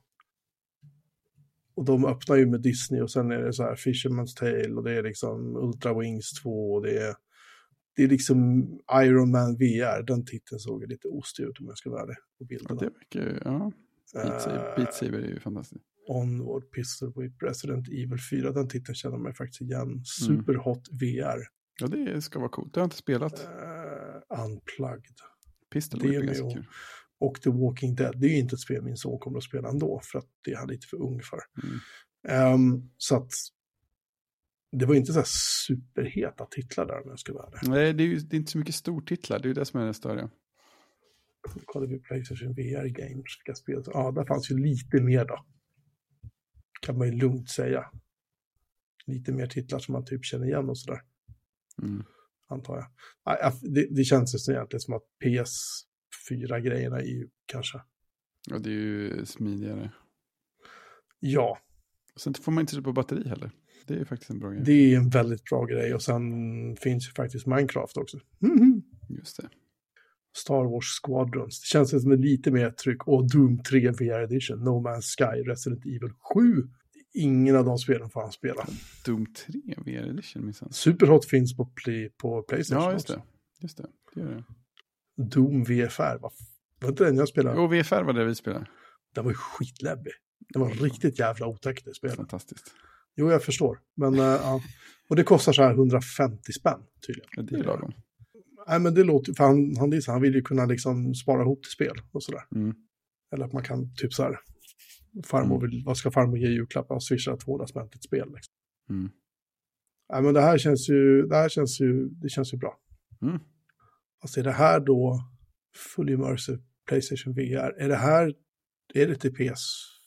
Och de öppnar ju med Disney och sen är det så här Fisherman's Tale och det är liksom Ultra Wings två och det är det är liksom Iron Man V R. Den titeln såg lite ostig ut om jag ska vara det på bilderna. Ja, det verkar, ja. Beat Saber, uh, Beat Saber är ju fantastiskt. Onward Pistol Whip Resident Evil fyra. Den titeln känner man faktiskt igen. Superhot mm. V R. Ja, det ska vara coolt. Det har jag inte spelat. Uh, unplugged. Pistol Whip är ganska kul. Och The Walking Dead. Det är ju inte ett spel min son kommer att spela ändå. För att det är han lite för ung för. Mm. Um, så att det var inte så här superheta titlar där om jag ska vara det. Nej, det är ju det är inte så mycket stortitlar. Det är ju det som är det större. Nu kollar vi PlayStation V R Games. Vilka spel. Ja, där fanns ju lite mer då. Kan man ju lugnt säga. Lite mer titlar som man typ känner igen och sådär. Mm. Antar jag. Nej, det, det känns ju egentligen som att P S fyra-grejerna är ju kanske. Ja, det är ju smidigare. Ja. Och sen får man inte på batteri heller. Det är ju faktiskt en bra grej. Det är en väldigt bra grej. Och sen finns ju faktiskt Minecraft också. Mm-hmm. Just det. Star Wars Squadrons. Det känns som ett lite mer tryck. Och Doom tre V R Edition. No Man's Sky. Resident Evil sju. Ingen av de spelen får han spela. Doom tre V R Edition minsann. Superhot finns på, play, på PlayStation. Ja, just också. det. Just det. Det gör det. Doom V F R. Var, var inte den jag spelade? Jo, V F R var det vi spelade. Den var ju skitläbbig. Den var riktigt jävla otäckt det spelet. Fantastiskt. Jo, jag förstår. Men, uh, ja. Och det kostar så här hundrafemtio spänn tydligen. Ja, det är lagom. Nej, men det låter, för han, han, han vill ju kunna liksom spara ihop till spel och sådär. Mm. Eller att man kan typ så här, farmor vill, vad ska farmor ge julklappar och swisha tvåhundra spänn till ett spel liksom. Mm. Nej, men det här känns ju, det här känns ju, det känns ju bra. Mm. Alltså är det här då full immersive PlayStation V R? Är det här, är det till P S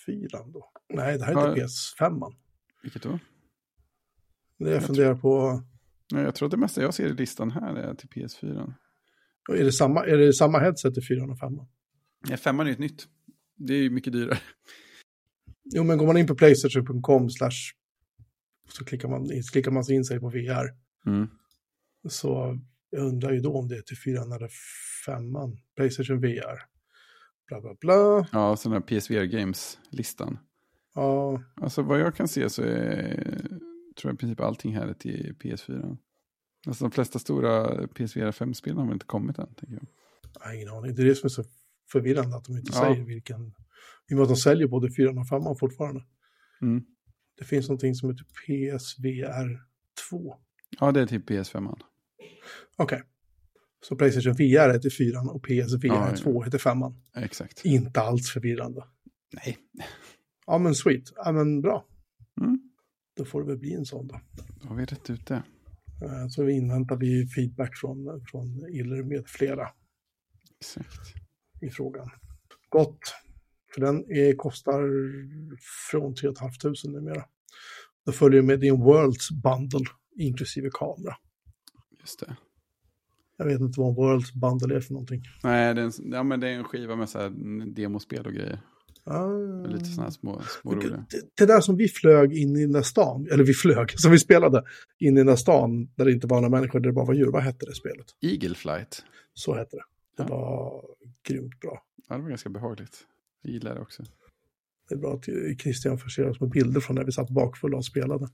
fyra då. Nej, det här är Ja. inte P S fem. Vilket då? Det jag, Jag funderar på... Nej, jag tror att det mesta jag ser i listan här är till P S fyra. Är det samma, är det samma headset i fyra och fem? Ja, femman är ju ett nytt. Det är ju mycket dyrare. Jo, men går man in på playstation punkt com slash så klickar man, klickar man sig in sig på V R. Mm. Så jag undrar ju då om det är till fyran eller femman. PlayStation V R. Bla bla bla. Ja, sådana här P S V R Games-listan. Ja, Alltså vad jag kan se så är, tror jag i princip allting här är till P S fyra. Alltså de flesta stora P S V R fem-spelen har väl inte kommit än, tänker jag. jag har ingen aning. Det är det som är så förvirrande att de inte Ja. säger vilken. I och med att de säljer både fyran och femman fortfarande. Mm. Det finns någonting som heter P S V R två. Ja, det är till P S fem. Okej. Okay. Så PlayStation V R heter fyran och P S V R Ja, ja. två heter femman. Exakt. Inte alls förvirrande. Nej. Ja, men sweet. Ja, men bra. Mm. Då får det väl bli en sån då. Då har vi rätt ut det. Eh, Så inväntar vi feedback från, från Iller med flera Exakt. i frågan. Gott. För den är, kostar från tre tusen femhundra numera. Då följer med din Worlds Bundle inklusive kamera. Just det. Jag vet inte vad Worlds Bundle är för någonting. Nej, det är en, ja, men det är en skiva med så här demospel och grejer. Ah. Lite sådana här små, små roliga. Det, det där som vi flög in i den där stan, eller vi flög, som vi spelade in i den där stan där det inte var några människor, där det bara var djur. Vad hette det spelet? Eagle Flight. Så hette det. Det Ja. var grymt bra. Ja, det var ganska behagligt. Jag gillar det också. Det är bra att Christian förser oss med bilder från när vi satt bakfulla och spelade.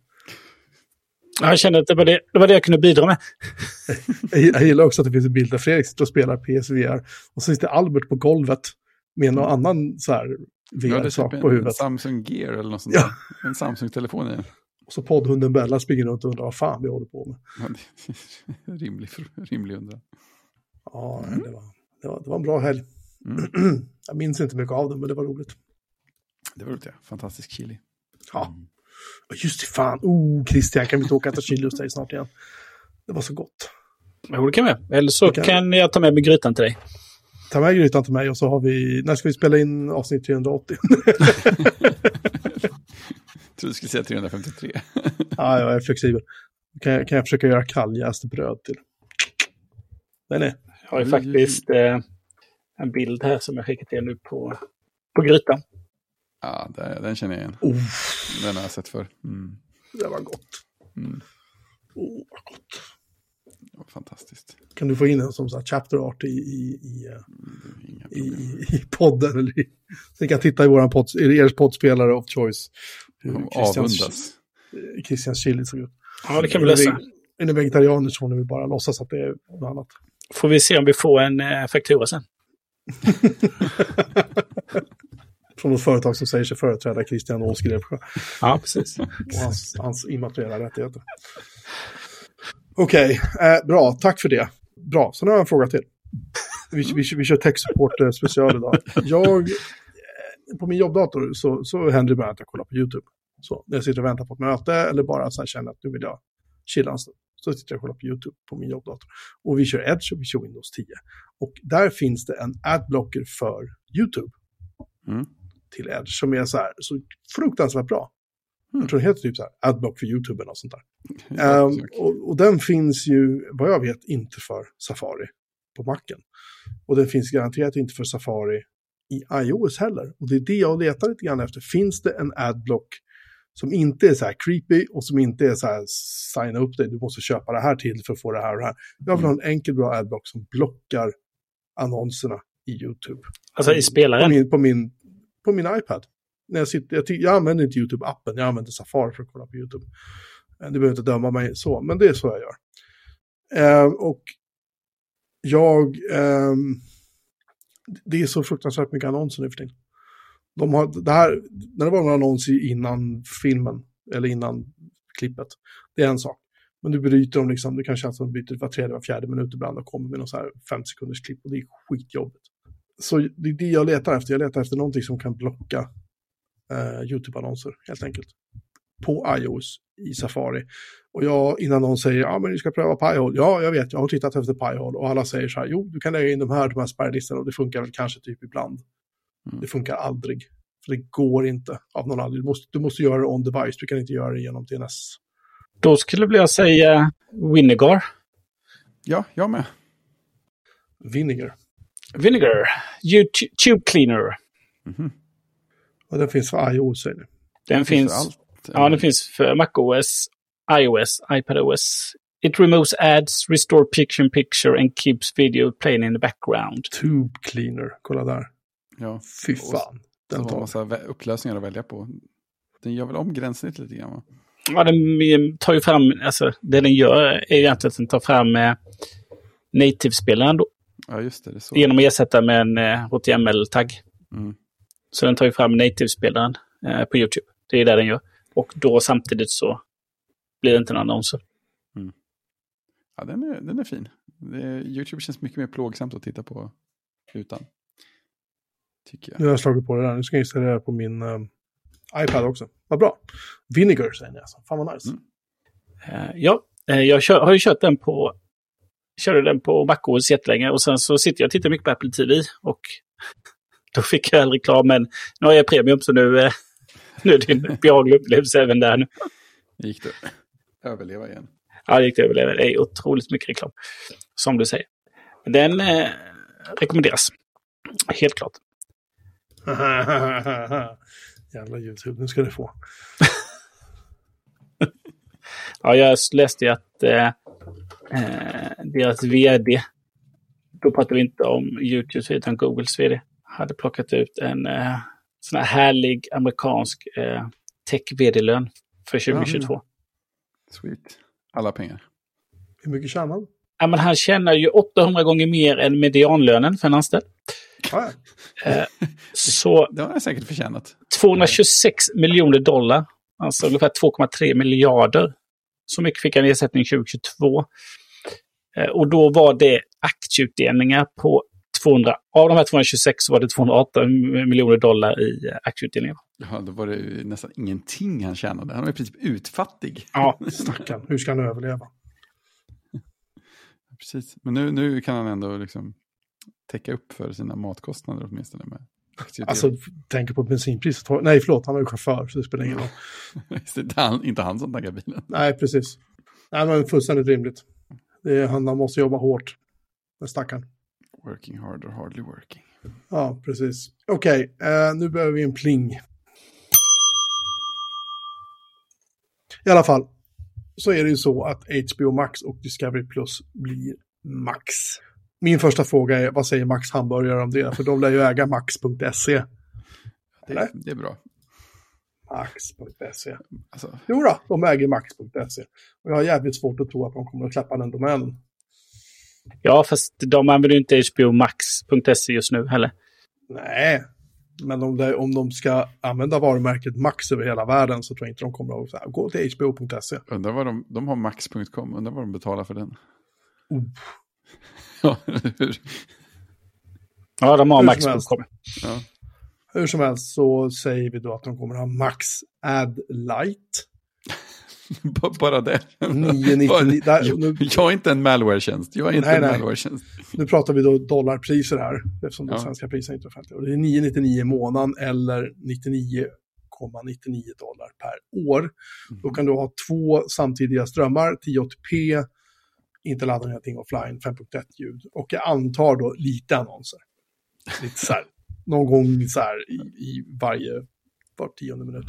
Jag kände att det var det, det var det jag kunde bidra med. Jag, jag gillar också att det finns en bild där Fredrik sitter och spelar P S V R. Och så sitter Albert på golvet med någon annan så här V Ja, det är R-sak typ på en huvudet. Samsung Gear eller något sånt Ja. där. En Samsung-telefon i den. Och så poddhunden Bella springer runt och undrar vad fan vi håller på med. Ja, det är rimlig, rimlig undran. Ja, det, var, det, var, det var en bra helg. Mm. Jag minns inte mycket av det, men det var roligt. Det var roligt, ja. Fantastisk chili. Ja, och just det, fan. Oh, Christian, kan vi inte åka till chili hos dig snart igen? Det var så gott. Jo, det kan vi. Eller så kan- kan jag ta med mig grytan till dig. Ta med grytan till mig och så har vi... När ska vi spela in avsnitt trehundraåttio? Jag tror du skulle säga trehundrafemtiotre. Ja, jag är flexibel. Kan jag, kan jag försöka göra kalljäst bröd till? Nej, nej. Jag har ju faktiskt eh, en bild här som jag skickat er nu på, på grytan. Ja, det, den känner jag igen. Oh, Den har jag sett för. Mm. det var gott. Mm. Oh, vad gott. Det var fantastiskt. Kan du få in en som så här chapter art i, i, i, eh, Mm, Inga i, problem. i podden? Eller i, så ni kan titta i våran podd, i er poddspelare of choice. Hur De Christians, avundas. Christians chili såg ut. Ja, det kan vi lösa. Är ni vegetarianer så får ni bara låtsas att det är något annat. Får vi se om vi får en eh, faktura sen. Från ett företag som säger sig företräda Christian Åsgrevsjö Ja, precis. och hans, hans immateriella rättigheter. Okej, eh, bra. Tack för det. Bra, så nu har jag en fråga till. Vi, vi, vi kör tech support eh, special idag. Jag, eh, på min jobbdator så, så händer det bara att jag kollar på YouTube. Så när jag sitter och väntar på ett möte eller bara så här känner att nu vill jag chilla en stund, så sitter jag och kollar på YouTube på min jobbdator. Och vi kör Edge och vi kör Windows tio. Och där finns det en adblocker för YouTube. Mm. Till Edge som är så här så fruktansvärt bra. Mm. Jag tror det heter typ så här adblock för YouTube eller något sånt där. Ja, Um, och, och den finns ju, vad jag vet, inte för Safari på Macen. Och den finns garanterat inte för Safari i iOS heller. Och det är det jag letar lite grann efter. Finns det en adblock som inte är så här creepy och som inte är så här signa upp dig, du måste köpa det här till för att få det här och det här. Jag vill ha en enkel bra adblock som blockar annonserna i YouTube. Alltså i På spelaren. min, på min, på min iPad. När jag, sitter, jag, ty- jag använder inte YouTube-appen, jag använder Safari för att kolla på YouTube. Eh, Det behöver inte döma mig så, men det är så jag gör. Eh, och jag... ehm, det är så fruktansvärt mycket annonser nu för tiden. De har, det här, när det var några annonser innan filmen, eller innan klippet, det är en sak. Men du bryter dem liksom, det kan kännas som att de byter var tredje, var fjärde minut ibland och kommer med någon så här fem sekunders klipp och det är skitjobbigt. Så det är det jag letar efter. Jag letar efter någonting som kan blocka eh, YouTube-annonser, helt enkelt. På iOS i Safari. Och jag, innan någon säger, ja men du ska pröva Pi-hole. Ja, jag vet, jag har tittat efter Pi-hole. Och alla säger så här, jo, du kan lägga in de här, de här spärrlistorna och det funkar väl kanske typ ibland. Mm. Det funkar aldrig. För det går inte av någon anledning. Du måste, du måste göra det on device. Du kan inte göra det genom D N S. Då skulle jag säga Vinegar. Ja, jag med. Vinegar. Vinegar. YouTube Tube Cleaner. Mm-hmm. Och den finns för iOS, säger ni. Den finns, för allt. Ja, den finns för macOS, iOS, iPadOS. It removes ads, restore picture in picture and keeps video playing in the background. Tube Cleaner, kolla där. Ja. Fy fan. Den Den har en massa vä- upplösningar att välja på. Den gör väl om gränssnitt lite grann, va? Ja, den tar ju fram, alltså det den gör är egentligen att den tar fram eh, native-spelaren då. Ja, just det. det är så. Genom att ersätta med en eh, H T M L-tagg. Mm. Så den tar ju fram native-spelaren eh, på YouTube. Det är det den gör. Och då samtidigt så blir det inte någon annonser. Mm. Ja, den är, den är fin. Det, YouTube känns mycket mer plågsamt att titta på utan. Tycker jag. Nu har jag slagit på det där. Nu ska jag installera det på min um, iPad också. Vad bra. Vinegar, säger ni alltså. Fan vad nice. Mm. Uh, ja, uh, jag kör, har ju kört den på körde den på macOS jättelänge och sen så sitter jag och tittar mycket på Apple T V och då fick jag en reklam, men nu har jag premium så nu, uh, nu är det en behaglig upplevelse även där nu. Gick det överleva igen? Ja, det gick det överleva. Det är otroligt mycket reklam, som du säger. Den uh, rekommenderas. Helt klart. Jävla YouTube, nu ska du få. Ja, jag läste ju att eh, eh, deras vd, då pratar vi inte om YouTube utan Googles vd, hade plockat ut en eh, sån här härlig amerikansk eh, tech-vd-lön för tjugohundratjugotvå. Ja, sweet. Alla pengar. Hur mycket tjänar han? Ja, men han tjänar ju åttahundra gånger mer än medianlönen för en anställd. Ja, Eh, så Det har jag säkert förtjänat. tvåhundratjugosex miljoner dollar, alltså ungefär två komma tre miljarder. Så mycket fick han i ersättning tjugohundratjugotvå. Eh, och då var det aktieutdelningar på tvåhundra. Av de här tvåhundratjugosex var det tvåhundraåtta miljoner dollar i aktieutdelningar. Ja, då var det ju nästan ingenting han tjänade. Han var i princip utfattig. ja, stackarn. Hur ska han överleva? Precis. Men nu, nu kan han ändå liksom täcka upp för sina matkostnader åtminstone med aktieutdelning. Alltså, tänker på bensinpriset. Nej, förlåt, han är ju chaufför så det spelar ingen roll. Det är inte han, inte han som taggar bilen. Nej, precis. Nej, men fullständigt rimligt. Det är, han, han måste jobba hårt. Den stackaren. Working hard or hardly working. Ja, precis. Okej, okay, eh, nu behöver vi en pling. I alla fall så är det ju så att H B O Max och Discovery Plus blir Max. Min första fråga är, vad säger Max Hamburgare om det? För de lär ju äga max punkt se. Det, det är bra. max punkt se. Alltså. Jo då, de äger max punkt se. Och jag har jävligt svårt att tro att de kommer att släppa den domänen. Ja, fast de använder ju inte H B O Max punkt se just nu heller. Nej, men om, det, om de ska använda varumärket Max över hela världen så tror jag inte de kommer att säga, gå till H B O punkt se. Undrar vad de, de har max punkt com, undrar vad de betalar för den. Oh. Ja, hur? Ja, de har Hur Max som punkt com. Ja. Hur som helst så säger vi då att de kommer att ha Max Ad Lite. Bara det. nio nittionio. Där, jag, nu, jag är inte en malware-tjänst. Jag är inte nej, en nej. malware-tjänst. Nu pratar vi då dollarpriser här, eftersom de Ja. svenska priserna inte är offentliga. Och det är nio nittionio i månaden eller nittionio komma nittionio dollar per år. Mm. Då kan du ha två samtidiga strömmar, tio åttio p, inte ladda någonting offline, fem punkt ett-ljud. Och jag antar då lite annonser. Lite så här, någon gång så här i, i varje var tionde minut.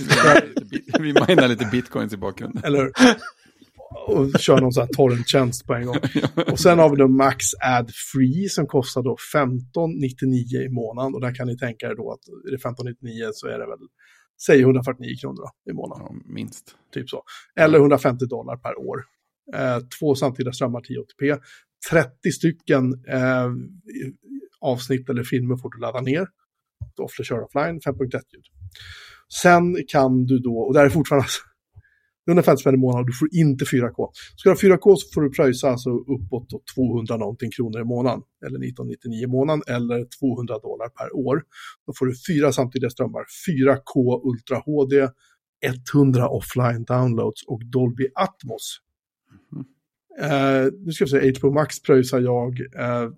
Vi minar lite bitcoins i bakgrunden. Eller och kör någon sån här torrenttjänst på en gång. Och sen har vi då Max Ad Free som kostar då femton nittionio i månaden. Och där kan ni tänka er då att är det femton nittionio så är det väl, säg hundrafyrtionio kronor då, i månaden. Ja, minst. Typ så. Eller hundrafemtio dollar per år. Eh, två samtida strömmar tio åttio p. trettio stycken eh, avsnitt eller filmer får du ladda ner. Då får du köra offline, fem punkt ett-ljud. Sen kan du då, och det här är fortfarande hundrafemtio spänn i månaden, du får inte fyra K. Ska du ha fyra K så får du pröjsa alltså uppåt tvåhundra någonting kronor i månaden. Eller nitton nittionio i månaden. Eller tvåhundra dollar per år. Då får du fyra samtidiga strömmar. fyra K Ultra H D. hundra offline downloads. Och Dolby Atmos. Mm. Uh, nu ska vi se, H B O Max pröjsar jag uh,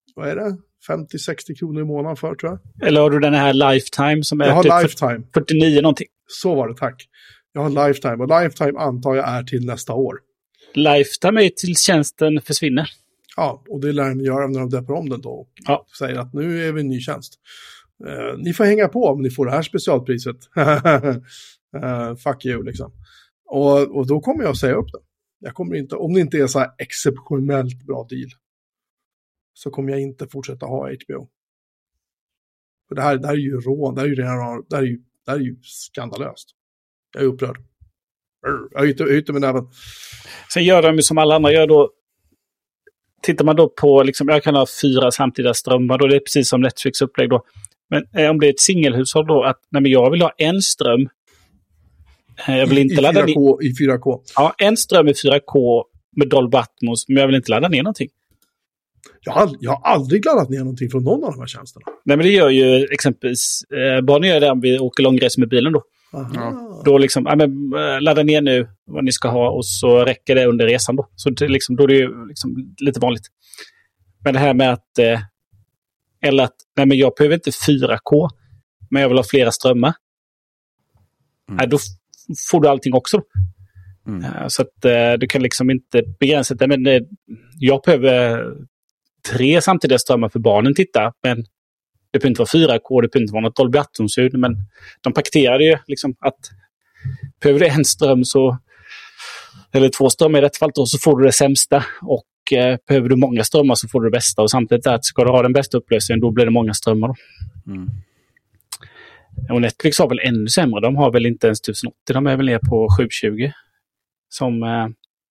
vad är det? femtio till sextio kronor i månaden för, tror jag. Eller har du den här Lifetime som är jag har typ Lifetime. fyrtionio någonting? Så var det, tack. Jag har Lifetime, och Lifetime antar jag är till nästa år. Lifetime är till tjänsten försvinner. Ja, och det lär de göra när de döper om den då. Och ja. säger att nu är vi en ny tjänst. Uh, ni får hänga på om ni får det här specialpriset. uh, fuck you, liksom. Och, och då kommer jag att säga upp det. Jag kommer inte, om det inte är så här exceptionellt bra deal, så kommer jag inte fortsätta ha H B O. För det här, det här är ju rån, det här är ju, redan, det här är ju, det här är ju skandalöst. Jag är upprörd. Jag är ute, ute med näven. Sen gör de ju som alla andra gör då. Tittar man då på, liksom, jag kan ha fyra samtida strömmar då, det är precis som Netflix upplägg då. Men eh, om det är ett singelhushåll då, att nej, men jag vill ha en ström. Eh, jag vill inte I, ladda fyra K, ner. I fyra K. Ja, en ström i fyra K med Dolby Atmos, men jag vill inte ladda ner någonting. Jag har, jag har aldrig laddat ner någonting från någon av de här tjänsterna. Nej, men det gör ju exempelvis, eh, bara ni gör det om vi åker långresor med bilen då. Aha. Då liksom, ja, men, ladda ner nu vad ni ska ha och så räcker det under resan då. Så det, liksom, då är det ju liksom lite vanligt. Men det här med att, eh, eller att, nej men jag behöver inte fyra K, men jag vill ha flera strömmar. Mm. Nej, då f- får du allting också. Mm. Uh, så att uh, du kan liksom inte begränsa det. Men uh, jag behöver tre samtidiga strömmar för barnen titta, men det behöver inte vara fyra K, det behöver inte vara något Dolby Atmos-ljud, men de paketerade ju liksom att behöver du en ström så, eller två strömmar i detta fall då, så får du det sämsta, och eh, behöver du många strömmar så får du det bästa, och samtidigt att ska du ha den bästa upplösningen då blir det många strömmar då. Mm. Och Netflix har väl ännu sämre, de har väl inte ens tusen åttio, de är väl ner på sjuhundratjugo som eh,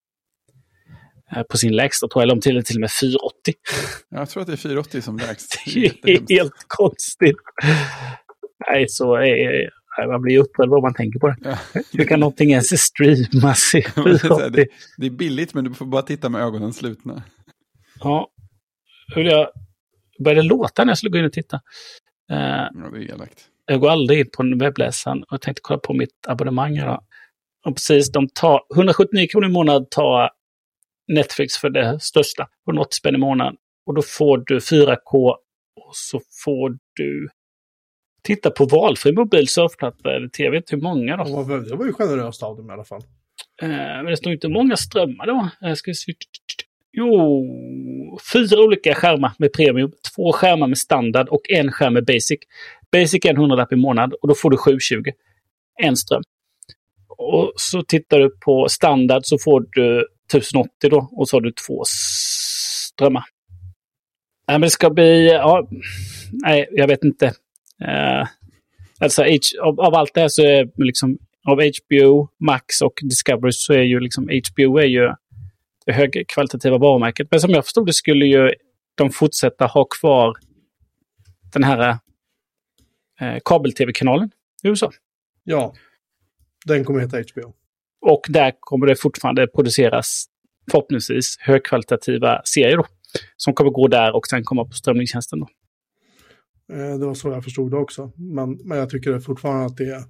på sin lägsta, tror jag, eller om till, till och med fyrahundraåttio. Jag tror att det är fyrahundraåttio som lägst. Det är helt konstigt. Nej, så är, man blir upprörd vad man tänker på det. Ja. Hur kan någonting ens streamas i fyrahundraåttio? det, det är billigt, men du får bara titta med ögonen slutna. Ja. Hur jag började låta när jag skulle gå in och titta. Uh, ja, det är elakt. Jag går aldrig in på en webbläsaren och tänkte kolla på mitt abonnemang här då. Och precis, de tar hundrasjuttionio kronor i månad tar Netflix för det största, hundraåttio spänn i månaden. Och då får du fyra K och så får du titta på valfri mobil surfplatta eller tv. Hur många då? Det var ju generöst av dem i alla fall. Eh, men det står inte många strömmar då. Jag ska se. Jo, fyra olika skärmar med premium, två skärmar med standard och en skärm med basic. Basic är en hundralapp i månad och då får du sjuhundratjugo. En ström. Och så tittar du på standard så får du tusen åttio då, och så har du två strömmar. Nej, men det ska bli, ja, nej, jag vet inte. Uh, alltså H, av, av allt det här så är liksom, av H B O, Max och Discovery så är ju liksom, H B O är ju det högkvalitativa varumärket. Men som jag förstod det skulle ju de fortsätta ha kvar den här uh, kabel-tv-kanalen i U S A. Ja, den kommer heta H B O. Och där kommer det fortfarande produceras förhoppningsvis högkvalitativa serier då, som kommer gå där och sen komma på strömningstjänsten då. Eh, det var så jag förstod det också. Men, men jag tycker det fortfarande att det är...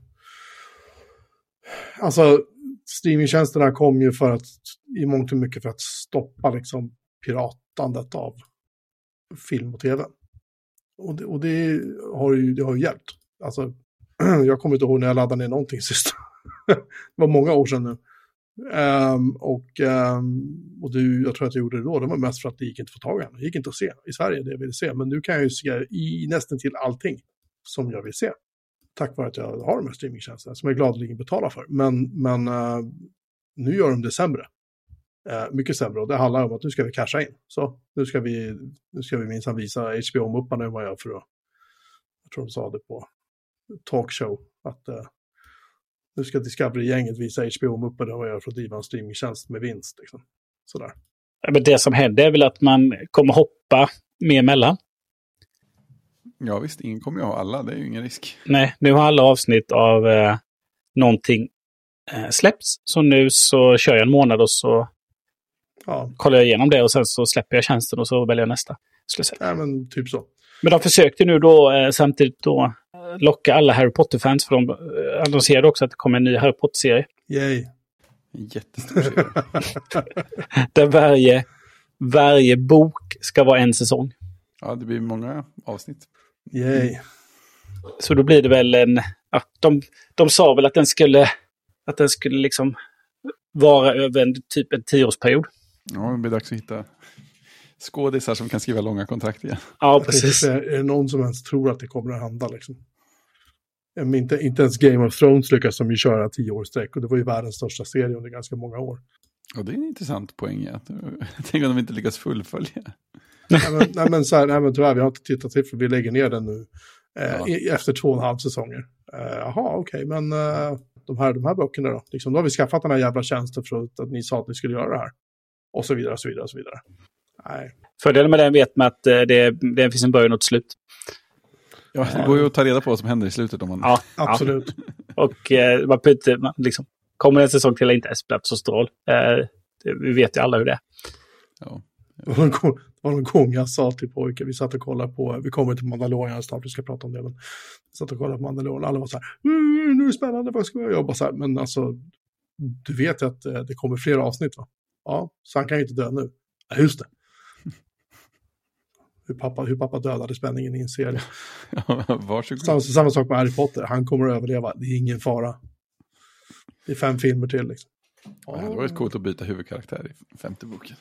Alltså, streamingtjänsterna kom ju för att, i mångt och mycket för att stoppa liksom piratandet av film och tv. Och det, och det har ju, det har ju hjälpt. Alltså, jag kommer inte ihåg när jag laddade ner någonting sist. Det var många år sedan nu. Um, och um, och du, jag tror att jag gjorde det då. Det var mest för att det gick inte att få tag i. Det gick inte att se i Sverige det jag ville se. Men nu kan jag ju se i nästan till allting som jag vill se. Tack vare att jag har de här streamingtjänsterna som jag gladeligen betalar för. Men, men uh, nu gör de det sämre. Uh, mycket sämre. Och det handlar om att nu ska vi casha in. Så nu ska vi, nu ska vi minst visa H B O-mupparna hur man gör för att... Jag tror de sa det på talkshow. Att... Uh, Nu ska Discovery-gänget visa H B O-muppen och vad jag gör för att driva en streamingtjänst med vinst. Liksom. Sådär. Men det som händer är väl att man kommer hoppa med emellan. Ja visst, ingen kommer ju ha alla. Det är ju ingen risk. Nej, nu har alla avsnitt av eh, någonting eh, släppts. Så nu så kör jag en månad och så ja. kollar jag igenom det och sen så släpper jag tjänsten och så väljer jag nästa. Skulle jag säga. Ja, men typ så. Men de försökte nu då eh, samtidigt då locka alla Harry Potter-fans, för de eh, annonserade också att det kommer en ny Harry Potter-serie. Yay. En jättestor serie. Där varje, varje bok ska vara en säsong. Ja, det blir många avsnitt. Yay. Så då blir det väl en... Ja, de, de sa väl att den skulle, att den skulle liksom vara över en typ en tioårsperiod. Ja, det blir dags att hitta skådisar som kan skriva långa kontrakt igen. Ja, precis. Är, är det någon som ens tror att det kommer att hända liksom? Men inte, inte ens Game of Thrones lyckas som ju köra tio år sträck. Och det var ju världens största serie under ganska många år. Och det är en intressant poäng. Att, tänk om de inte lyckas fullfölja. nej, men, nej, men, så här, nej, men tyvärr, vi har inte tittat till för vi lägger ner den nu. Eh, Ja. i, efter två och en halv säsonger. Eh, jaha, okej, okay, men eh, de, här, de här böckerna då? Liksom, då har vi skaffat den här jävla tjänsten för att, att ni sa att ni skulle göra det här. Och så vidare, och så vidare, och så vidare. Nej. Fördelen med den vet man att det, det finns en början och ett slut. Ja, det går ju att ta reda på vad som händer i slutet. Om man... Ja, absolut. Ja. Och eh, man inte, man, liksom, kommer en säsong till eller inte, spelar så stor roll. Eh, vi vet ju alla hur det är. Ja. Det var någon, var någon gång jag sa till pojken, vi satt och kollade på, vi kommer till Mandalorian snart, vi ska prata om det, men vi satt och kollade på Mandalorian, alla var så här, mm, nu är det spännande, vad ska vi jobba så här? Men alltså, du vet ju att eh, det kommer fler avsnitt, va? Ja, så han kan ju inte dö nu. Ja, just det. Hur pappa, hur pappa dödade spänningen i en serie. Ja, varsågod. Samma, samma sak med Harry Potter, han kommer att överleva, det är ingen fara. Det är fem filmer till liksom. Ja, det var ett coolt att byta huvudkaraktär i femte boken.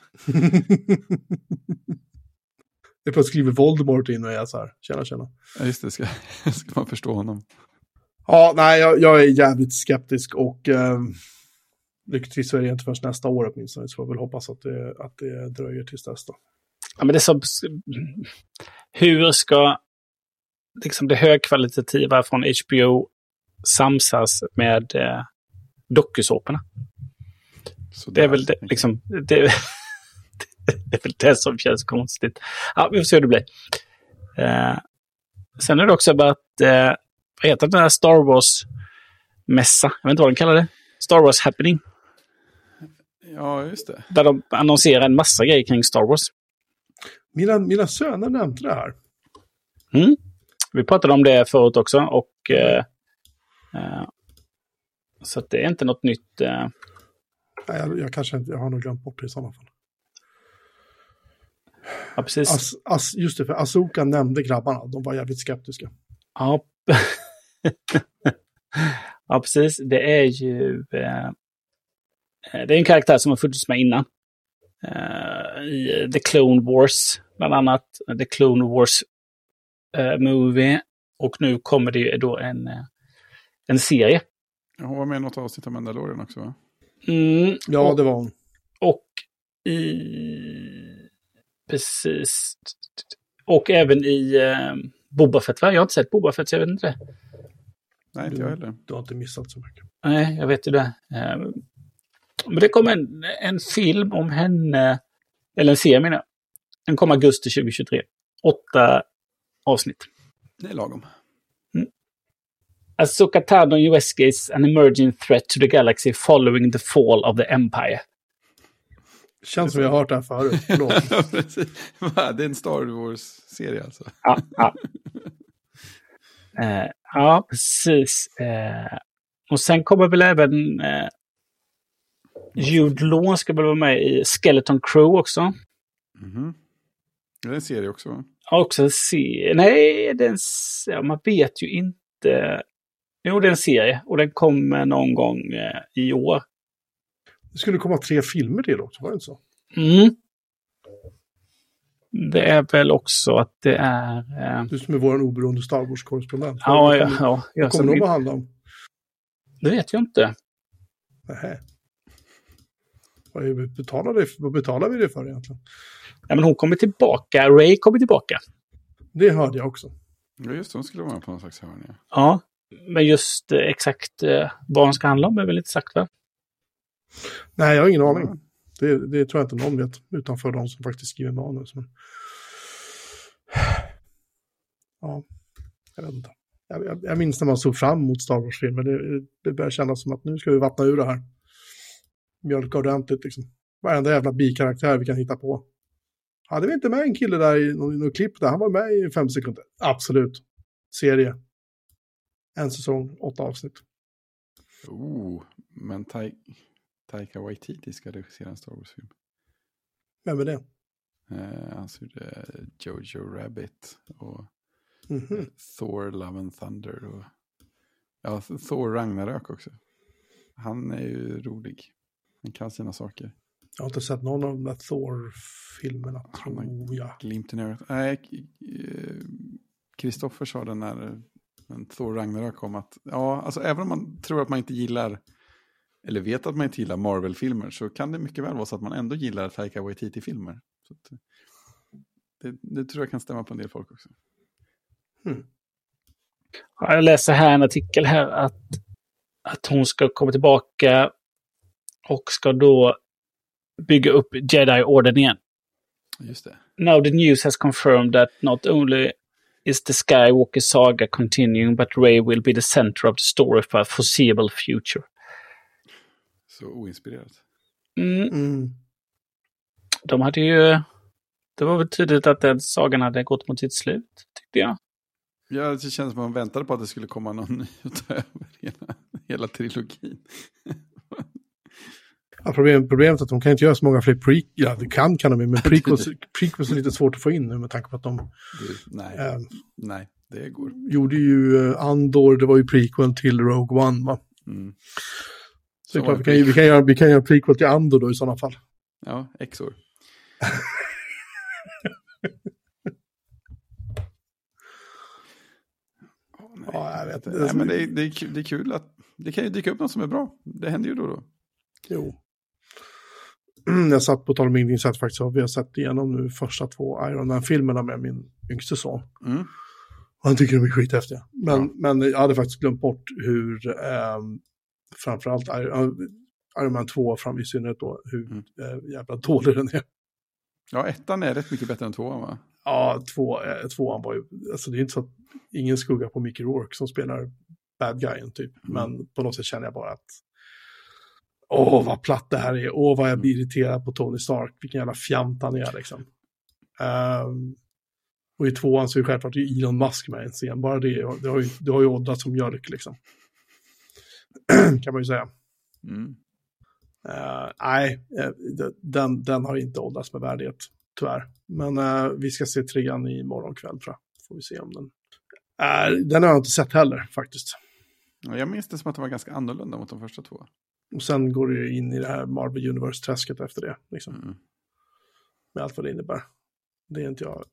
Det är plötsligt skriver Voldemort in och jag är så här, tjena, tjena. Ja, just det, ska, ska man förstå honom. Ja, nej, jag, jag är jävligt skeptisk och eh, lyckligtvis så är det inte först nästa år åtminstone, så jag vill hoppas att det, att det dröjer tills dess då. Ja, men det är så, hur ska liksom det högkvalitativa från H B O samsas med eh, dokusåporna? Det är väl det, liksom, det, det är väl det som känns konstigt. Ja, vi får se hur det blir. Eh, sen är det också bara att eh, vad heter den här Star Wars-mässa? Jag vet inte vad de kallar det. Star Wars Happening. Ja, just det. Där de annonserar en massa grejer kring Star Wars. Mina, mina söner nämnde det här. Mm. Vi pratade om det förut också. Och, eh, eh, så att det är inte något nytt. Eh. Nej, jag, jag kanske inte, jag har nog glömt bort det i sådana fall. Ja, precis. As, as, just det, för Ahsoka nämnde grabbarna. De var jävligt skeptiska. Ja, ja precis. Det är ju... Eh, det är en karaktär som har funnits med innan. Uh, i The Clone Wars, bland annat. The Clone Wars uh, Movie. Och nu kommer det ju då en, uh, en serie. Hon var med i något avsnitt av Mandalorian också, va? Mm, ja, och, det var hon. Och i... Precis. Och även i uh, Boba Fett, va? Jag har inte sett Boba Fett, så jag vet inte det. Nej, inte jag heller. Du har inte missat så mycket. Nej, jag vet ju det. Uh, Men det kommer en, en film om henne, eller en serie menar jag. Den kommer augusti tjugohundratjugotre. Åtta avsnitt. Det är lagom. Mm. Ahsoka Tano investigates an emerging threat to the galaxy following the fall of the Empire. Känns som jag har hört det här förut. Det är en Star Wars-serie alltså. Ja, ja. uh, ja precis. Uh, och sen kommer väl även... Uh, Jude Law ska väl vara med i Skeleton Crew också. Mm-hmm. Det är en serie också, va? Ja, också en serie. Nej, det är en serie. Man vet ju inte. Jo, det är en serie. Och den kommer någon gång eh, i år. Det skulle komma tre filmer till också, var det inte så? Mm. Det är väl också att det är... Eh... Du som är vår oberoende Star Wars-korrespondent. Ja, ja, ja. Vad kommer de att handla om? Det vet jag inte. Nähä. Vad betalar, det, vad betalar vi det för egentligen? Ja, men hon kommer tillbaka. Ray kommer tillbaka. Det hörde jag också. Ja, just det. Hon skulle vara på någon slags hörn, ja. Ja, men just eh, exakt eh, vad hon ska handla om är väl inte sagt, va? Nej, jag har ingen aning. Mm. Det, det tror jag inte någon vet, utanför de som faktiskt skriver manus. Men... Ja, jag vet inte. Jag, jag, jag minns när man såg fram emot Star Wars-filmer. Det, det börjar kännas som att nu ska vi vattna ur det här. Mjölka ordentligt liksom. Varenda jävla bikaraktär vi kan hitta på. Hade vi inte med en kille där i någon, någon klipp där? Han var med i fem sekunder. Absolut. Serie. En säsong, åtta avsnitt. Oh, men Ta- Taika Waititi ska regissera en Star Wars-film. Vem är det? Eh, han gjorde Jojo Rabbit och Mm-hmm. eh, Thor Love and Thunder och ja, Thor Ragnarök också. Han är ju rolig. Han kan sina saker. Jag har inte sett någon av de där Thor-filmerna, tror jag. Glimten i ögat. Nej, Kristoffer sa den när, när Thor Ragnarök kom att ja, alltså även om man tror att man inte gillar eller vet att man inte gillar Marvel-filmer så kan det mycket väl vara så att man ändå gillar Taika Waititi-filmer. Så att, det, det tror jag kan stämma på en del folk också. Hmm. Jag läser här en artikel här att, att hon ska komma tillbaka och ska då bygga upp Jedi-orden igen. Just det. Now the news has confirmed that not only is the Skywalker saga continuing, but Rey will be the center of the story for a foreseeable future. Så oinspirerat. Mm. Mm. De hade ju... Det var väl tydligt att den sagan hade gått mot sitt slut, tyckte jag. Ja, det känns som att man väntade på att det skulle komma någon ny utöver hela, hela trilogin. Ja, problem, problemet är att de kan inte göra så många fler prequels. Ja, det kan kan de ju, men prequels, prequels är lite svårt att få in nu med tanke på att de Du, nej, eh, nej, det går. gjorde ju eh, Andor, det var ju prequel till Rogue One, va? Mm. Så, så klart, vi, kan, vi, kan göra, vi kan göra prequel till Andor då i sådana fall. Ja, Exor. oh, nej. Ja, jag vet. Nej, men det är, det, är kul, det är kul att det kan ju dyka upp något som är bra. Det händer ju då och då. Jo. Jag satt på tal om ingenting satt faktiskt och vi har sett igenom nu första två Iron Man-filmerna med min yngste son. Mm. Och han tycker de är skithäftiga. Men, Ja. men jag hade faktiskt glömt bort hur eh, framförallt Iron, Iron Man två fram i synnerhet då, hur Mm. eh, jävla dålig den är. Ja, ettan är rätt mycket bättre än tvåan, va? Ja, två, eh, tvåan var ju, alltså det är inte så att ingen skugga på Mickey Rourke som spelar bad guyen typ. Mm. Men på något sätt känner jag bara att åh, vad platt det här är. Åh, vad jag blir irriterad på Tony Stark. Vilken jävla fjant han är, liksom. Um, och i tvåan så är det självklart Elon Musk med en scen. Bara det, det har ju, det har ju åldrat som mjölk, liksom. Kan man ju säga. Mm. Uh, nej, uh, den, den har inte åldrats med värdighet, tyvärr. Men uh, vi ska se trean i morgon kväll, tror jag. Får vi se om den... Uh, den har jag inte sett heller, faktiskt. Ja, jag minns det som att det var ganska annorlunda mot de första två. Och sen går det ju in i det här Marvel Universe-träsket efter det. Liksom. Mm. Med allt vad det innebär. Det är inte jag...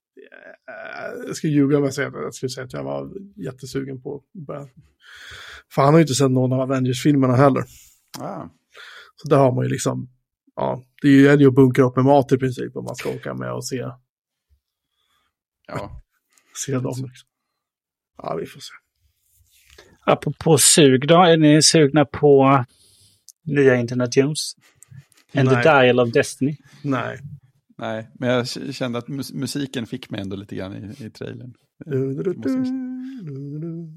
Jag ska ljuga om jag säger att jag skulle säga att jag var jättesugen på att börja. För han har ju inte sett någon av Avengers-filmerna heller. Ah. Så där har man ju liksom... Ja, det är ju, är ju att bunkra upp med mat i princip om man ska åka med och se, Ja. se dem. Liksom. Ja, vi får se. Apropå sug då, är ni sugna på nya Indiana Jones? And Nej. the Dial of Destiny? Nej. Nej, men jag k- kände att mus- musiken fick mig ändå lite grann i, i trailern. Du, du, du, Måste jag säga. du, du.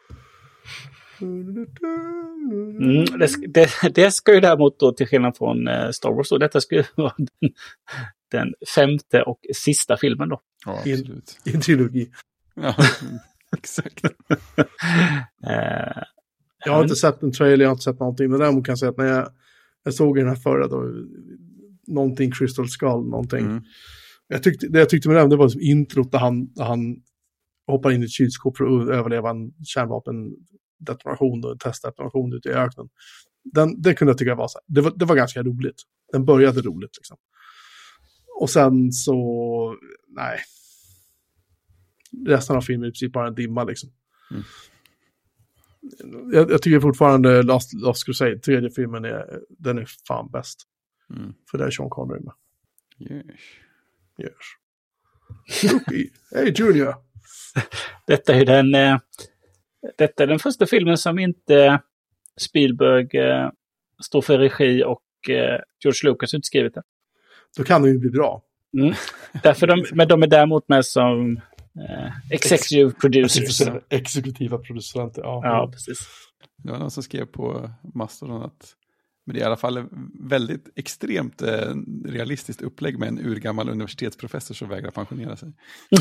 Du, du, du, Mm, det, sk- det, det ska ju däremot då, till skillnad från eh, Star Wars, och detta ska ju vara den, den femte och sista filmen då. Ja, In- absolut. I en trilogi. Ja, exakt. Eh, Jag har inte sett en trailer, jag har inte sett någonting. Men däremot kan jag säga att när jag, jag såg den här förra då, någonting Crystal Skull, någonting. Mm. Jag tyckte, det jag tyckte med den, det var som introt där han, där han hoppar in i ett kylskåp för att överleva en kärnvapendetonation och en testdetonation ute i öknen. Den, det kunde jag tycka var så här. Det var, det var ganska roligt. Den började roligt liksom. Och sen så, nej. Resten av filmen är i princip bara en dimma liksom. Mm. Jag, jag tycker fortfarande Last, Last Crusade, tredje filmen, är, den är fan bäst. Mm. För där är Sean Connery med. Yes. Yes. Rookie. Hey Junior. detta är den eh, detta är den första filmen som inte Spielberg eh, står för regi och eh, George Lucas utskrivet den. Då kan det ju bli bra. Mm. Därför de, men de är däremot med som eh, executive producers. Exekutiva producenter, ja. Ja, precis. Det var någon som skrev på Mastodon att men det är i alla fall ett väldigt extremt eh, realistiskt upplägg med en urgammal universitetsprofessor som vägrar pensionera sig.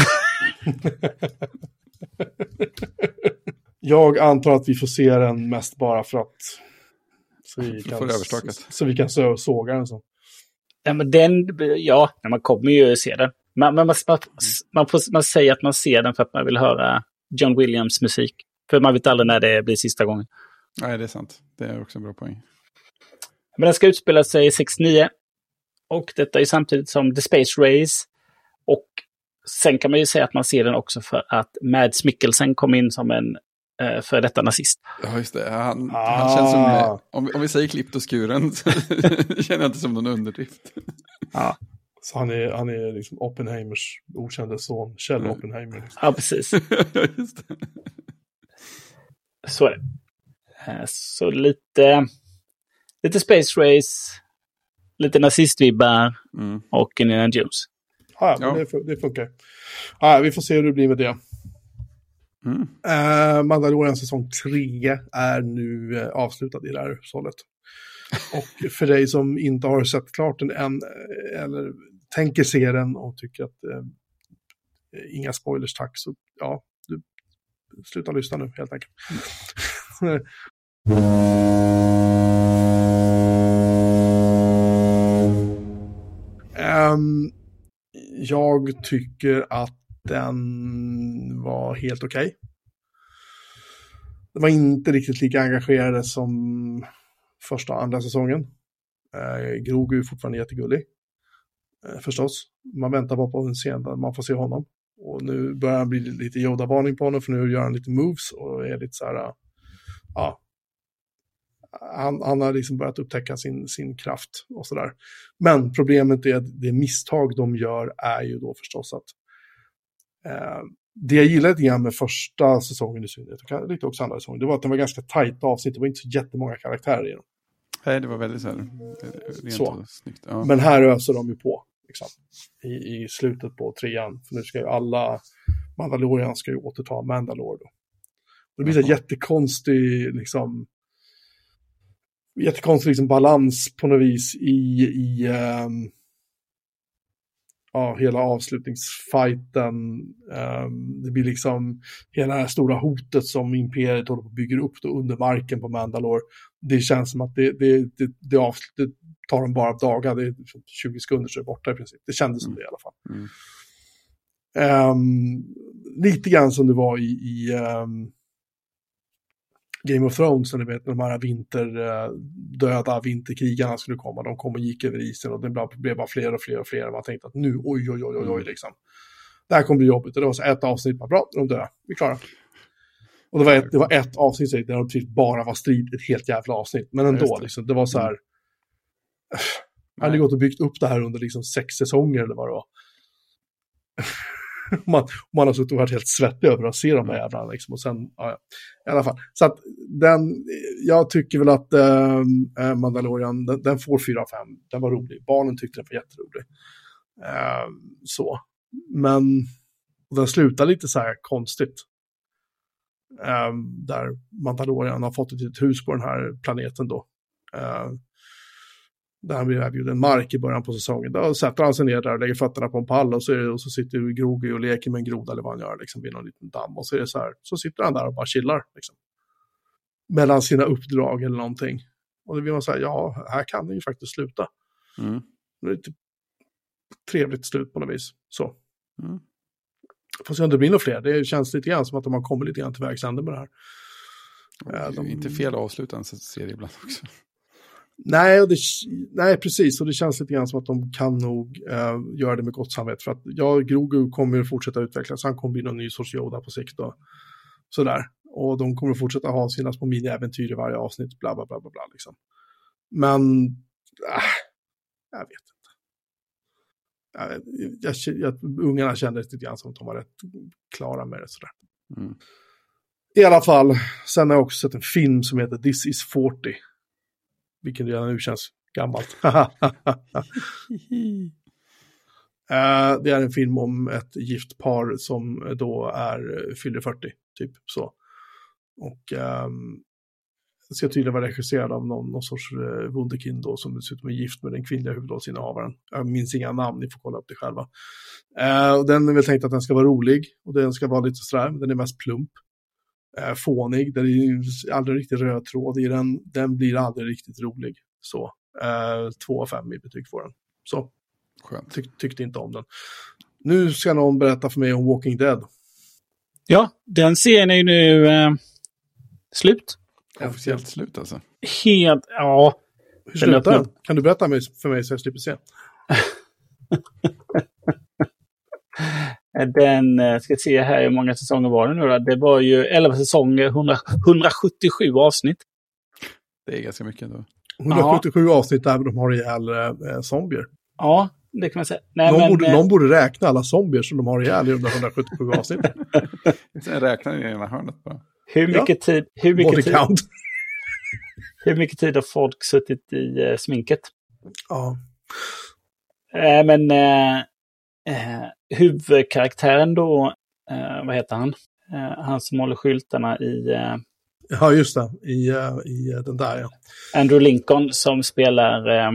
Jag antar att vi får se den mest bara för att så vi För kan, får det överstökat. så, så vi kan så, såga den så. Ja, men den, ja, man kommer ju se den. Man, man, man, man, får, man säger att man ser den för att man vill höra John Williams musik. För man vet aldrig när det blir sista gången. Nej, det är sant. Det är också en bra poäng. Men den ska utspela sig sextionio. Och detta är samtidigt som The Space Race. Och sen kan man ju säga att man ser den också för att Mads Mikkelsen kom in som en eh, för detta nazist. Ja, just det. Han, Ah. han känns som, om, om vi säger klippt och skuren, så känner jag inte som någon underdrift. Ja, Så han är, han är liksom Oppenheimers okände son, Kjell Mm. Oppenheimer. Liksom. ja precis. Just det. Så är det. Eh, Så lite, lite Space Race, lite nazistvibbar Mm. och Indiana Jones. Ah, ja, men Ja. det, fun- det funkar. Ah, vi får se hur det blir med det. Mm. Uh, Mandalorian säsong tre är nu uh, avslutad i det här hushållet. Och för dig som inte har sett klart den än, eh, eller tänker se den och tycker att uh, inga spoilers tack, så ja, du sluta lyssna nu helt enkelt. um, jag tycker att den var helt okej. Okay. Det var inte riktigt lika engagerade som första och andra säsongen. Eh, Grogu är fortfarande jättegullig. Eh, förstås. Man väntar bara på en scen där man får se honom. Och nu börjar han bli lite Yoda-varning på honom, för nu gör han lite moves och är lite så här, uh, ja. Han, han har liksom börjat upptäcka sin, sin kraft och sådär. Men problemet är att det misstag de gör är ju då förstås att eh, det jag gillade lite grann med första säsongen i synnerhet, och lite också andra säsongen, det var att den var ganska tajt avsnitt. Det var inte så jättemånga karaktärer i dem. Nej, det var väldigt så här, rent Så. och snyggt. Ja. Men här öser de ju på liksom, i, i slutet på trean. För nu ska ju alla Mandalorian ska ju återta Mandalore då. Och det blir så Jaha. jättekonstig liksom jättekonstig liksom balans på något vis i, i um, ja, hela avslutningsfighten. Um, det blir liksom hela det här stora hotet som Imperiet håller på att bygga upp då under marken på Mandalore. Det känns som att det, det, det, det, avslut, det tar dem bara dagar. Det är tjugo sekunder så är det borta i princip. Det kändes som det i alla fall. Mm. Um, lite grann som det var i, i um, Game of Thrones, när ni vet, när de här vinter, uh, döda vinterkrigarna skulle komma. De kom och gick över isen och det blev, blev bara fler och fler och fler. Man tänkte att nu, oj, oj, oj, oj, oj liksom. Det här kommer bli jobbigt. Och det var så ett avsnitt, bara bra, de dör. Vi klarar. Och det var ett, det var ett avsnitt där de typ bara var strid, ett helt jävla avsnitt. Men ändå, det. Liksom, det var så här... Mm. Jag hade gått och byggt upp det här under liksom sex säsonger eller vad det var. man, man har suttit och varit helt svettig över att se de här jävlarna. Liksom, och sen, ja, i alla fall. Så att den, jag tycker väl att äh, Mandalorian, den, den får fyra av fem. Den var rolig. Barnen tyckte den var jätterolig. Äh, så. Men den slutar lite så här konstigt. Äh, där Mandalorian har fått ett litet hus på den här planeten då. Äh, där han blir erbjuden mark i början på säsongen. Då sätter han sig ner där och lägger fötterna på en pall och så, är det, och så sitter Grogu och leker med en groda eller vad han gör liksom, vid någon liten damm. Och så är det så här, så sitter han där och bara chillar liksom. Mellan sina uppdrag eller någonting. Och då vill man säga, ja, här kan det ju faktiskt sluta. Mm. Det är ett trevligt slut på något vis. Så. Mm. Får se om det blir några fler. Det känns lite grann som att de har kommit lite grann till vägs ände med det här. Det är de... inte fel avslutande serie ibland också. Nej, och det, nej, precis. Och det känns lite grann som att de kan nog äh, göra det med gott samvete. För att ja, Grogu kommer att fortsätta utvecklas. Han kommer bli någon ny sorts Yoda på sikt. Och sådär. Och de kommer att fortsätta ha sina små mini-äventyr i varje avsnitt. Bla, bla, bla, bla, bla liksom. Men, äh, jag vet inte. Jag vet, jag, jag, ungarna kände lite grann som att de var rätt klara med det. Sådär. Mm. I alla fall, sen har jag också sett en film som heter This is fyrtio. Vilken redan nu känns gammalt. uh, det är en film om ett gift par som då är fyller fyrtio, typ så. Och um, ska tydligen vara regisserad av någon, någon sorts uh, wunderkind då, som dessutom är gift med den kvinnliga huvudrollsinnehavaren. Jag minns inga namn, ni får kolla upp det själva. Uh, och den är väl tänkt att den ska vara rolig, och den ska vara lite sådär, men den är mest plump. Äh, fånig, det är aldrig riktigt röd tråd i den, den blir aldrig riktigt rolig. Så, äh, två av fem i betyg får den. Så. Skönt. Tyck, tyckte inte om den. Nu ska någon berätta för mig om Walking Dead. Ja, den serien är ju nu eh, slut. Officiellt slut alltså. Helt, ja. Hur slutar den? Kan du berätta för mig så jag slipper se? Den, ska se här hur många säsonger var det nu då? Det var ju elva säsonger, hundra, hundrasjuttiosju avsnitt. Det är ganska mycket ändå. hundrasjuttiosju ja. Avsnitt där de har ihjäl eh, zombier. Ja, det kan man säga. Nej, någon, men, borde, någon borde räkna alla zombier som de har ihjäl i de hundrasjuttiosju avsnitt. Sen räknar i ena hörnet bara. Hur mycket ja. tid... Hur mycket Body tid, count. Hur mycket tid har folk suttit i eh, sminket? Ja. Eh, men eh, eh, huvudkaraktären då, eh, vad heter han? Eh, han som håller skyltarna i... Eh, ja, just det. I, uh, i uh, den där, ja. Andrew Lincoln som spelar... Eh,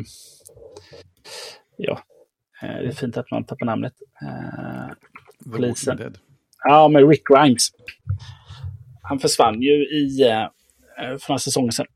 ja, eh, det är fint att man tappar namnet. Eh, polisen. Ja, med Rick Grimes. Han försvann ju i... Eh, för några säsonger sedan.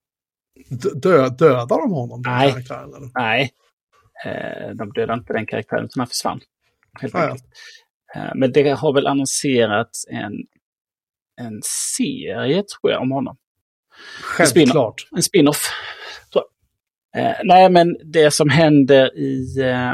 Dö, dödar de honom? Nej, eller? nej. Eh, de dödade inte den karaktären utan han försvann. Helt ah, enkelt. Ja. Eh, men det har väl annonserats en, en serie, tror jag, om honom. Självklart. En spin-off. Tror jag. Eh, nej, men det som händer i... Eh,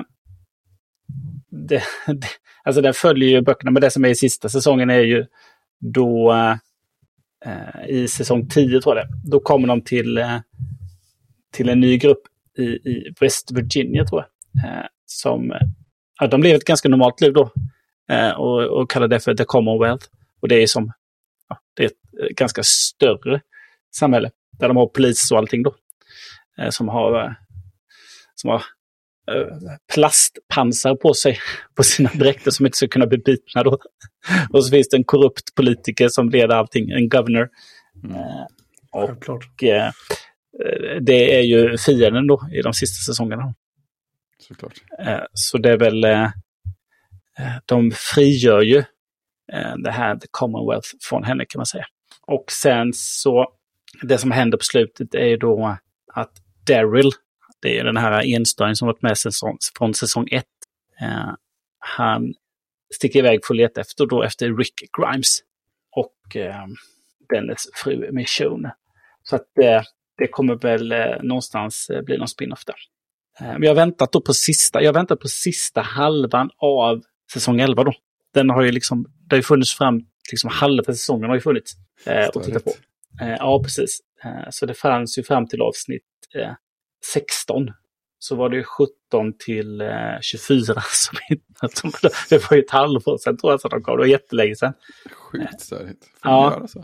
det, det, alltså den följer ju böckerna, men det som är i sista säsongen är ju då... Eh, i säsong tio, tror jag det. Då kommer de till, eh, till en ny grupp i, i West Virginia, tror jag. Eh, som, ja, de lever ett ganska normalt liv då. Eh, och, och kallar det för The Commonwealth. Och det är som ja, det är ett ganska större samhälle. Där de har polis och allting då. Eh, som har, eh, som har eh, plastpansar på sig. På sina dräkter som inte ska kunna bli bitna då. Och så finns det en korrupt politiker som leder allting. En governor. Mm. Eh, och eh, det är ju fienden då i de sista säsongerna. Såklart. Eh, så det är väl eh, de frigör ju eh, det här The Commonwealth från henne, kan man säga. Och sen så det som händer på slutet är ju då att Daryl, det är den här enstöringen som varit med säsong, från säsong ett. Eh, han sticker iväg för att leta efter då efter Rick Grimes och eh, dennes fru Michonne. Så att eh, det kommer väl eh, någonstans eh, bli någon spin-off där. Eh, men jag har väntat då på sista, jag har väntat på sista halvan av säsong elva då. Den har ju liksom, det har ju funnits fram, liksom halva säsongen har ju funnits eh, att titta på. Eh, ja, precis. Eh, så det fanns ju fram till avsnitt eh, sexton. Så var det sjutton till eh, tjugofyra. Som, det var ju ett halvår sedan, tror jag, så de kom. Det var jättelänge sedan. Sjukt störigt. Ja. Så.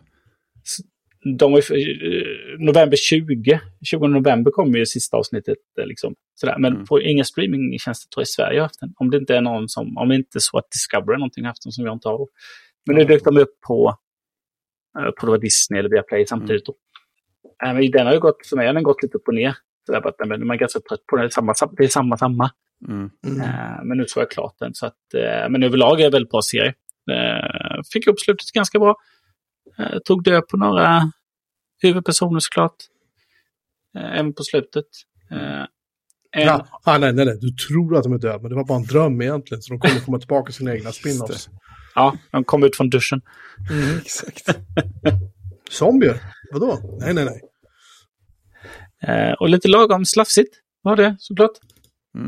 De var ju, november tjugo, tjugonde november kom ju sista avsnittet. Liksom, sådär. Men mm. på inga streamingtjänster, tror jag, i Sverige har haft den. Om det inte är någon som, om det inte är så att Discovery någonting haft den som jag inte har. Men nu dök de upp på, på det var Disney eller Viaplay samtidigt. Mm. Men den har ju gått, för mig har den gått lite upp och ner. Så att, men man är ganska trött på det. Det är samma, det är samma, samma. Mm. Mm. Uh, men nu tror jag klart den. Så att, uh, men överlag är det väldigt bra serie. Uh, fick upp slutet ganska bra. Uh, tog död på några huvudpersoner såklart. Uh, även på slutet. Uh, en... ja, ah, nej, nej, nej. Du tror att de är döda, men det var bara en dröm egentligen. Så de kommer komma tillbaka till sina egna spin-offs. Ja, de kom ut från duschen. Mm, exakt. Zombier? Vadå? Nej, nej, nej. Uh, och lite lagom slafsigt var det, såklart. Mm.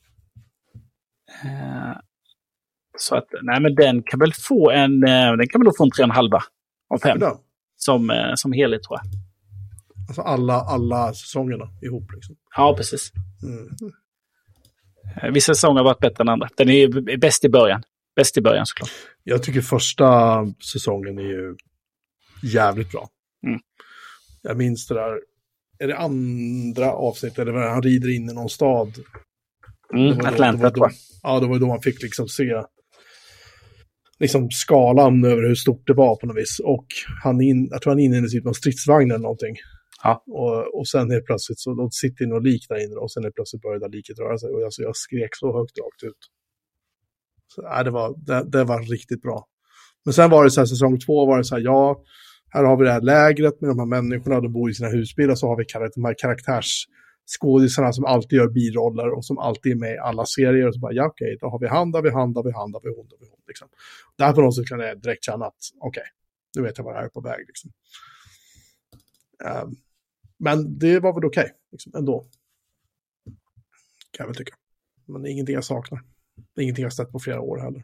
Uh, så att, nej, men den kan väl få en, uh, den kan väl då få en tre och en halva av fem. Som, uh, som helhet, tror jag. Alltså alla, alla säsongerna ihop liksom. Ja, precis. Mm. Uh, vissa säsonger har varit bättre än andra. Den är, är bäst i början. Bäst i början, såklart. Jag tycker första säsongen är ju jävligt bra. Mm. Jag minns det där. Är det andra avsnittet eller han rider in i någon stad? Mm, Atlanta, tror jag. Ja, det var då man fick liksom se liksom skalan över hur stort det var på något vis. Och han in, jag tror han är inne i någon stridsvagn eller någonting. Ja. Och, och sen helt plötsligt så då sitter någon lik där inne och sen helt plötsligt började liket röra sig. Och alltså, jag skrek så högt rakt ut. Så, nej, det, var, det, det var riktigt bra. Men sen var det så här, säsong två var det så här, ja, här har vi det här lägret med de här människorna, de bor i sina husbilar, så har vi kar- de här karaktärs skådisarna som alltid gör biroller och som alltid är med i alla serier. Och så bara, ja okej, okay, då har vi han, där vi han, där vi han, där vi hon, där vi hon. Liksom. Där på något sätt kan jag direkt känna att okej, okay, nu vet jag vad det här är på väg. Liksom. Um, men det var väl okej, okay, liksom, ändå. Kan jag väl tycka. Men det är ingenting jag saknar. Det är ingenting jag har sett på flera år heller.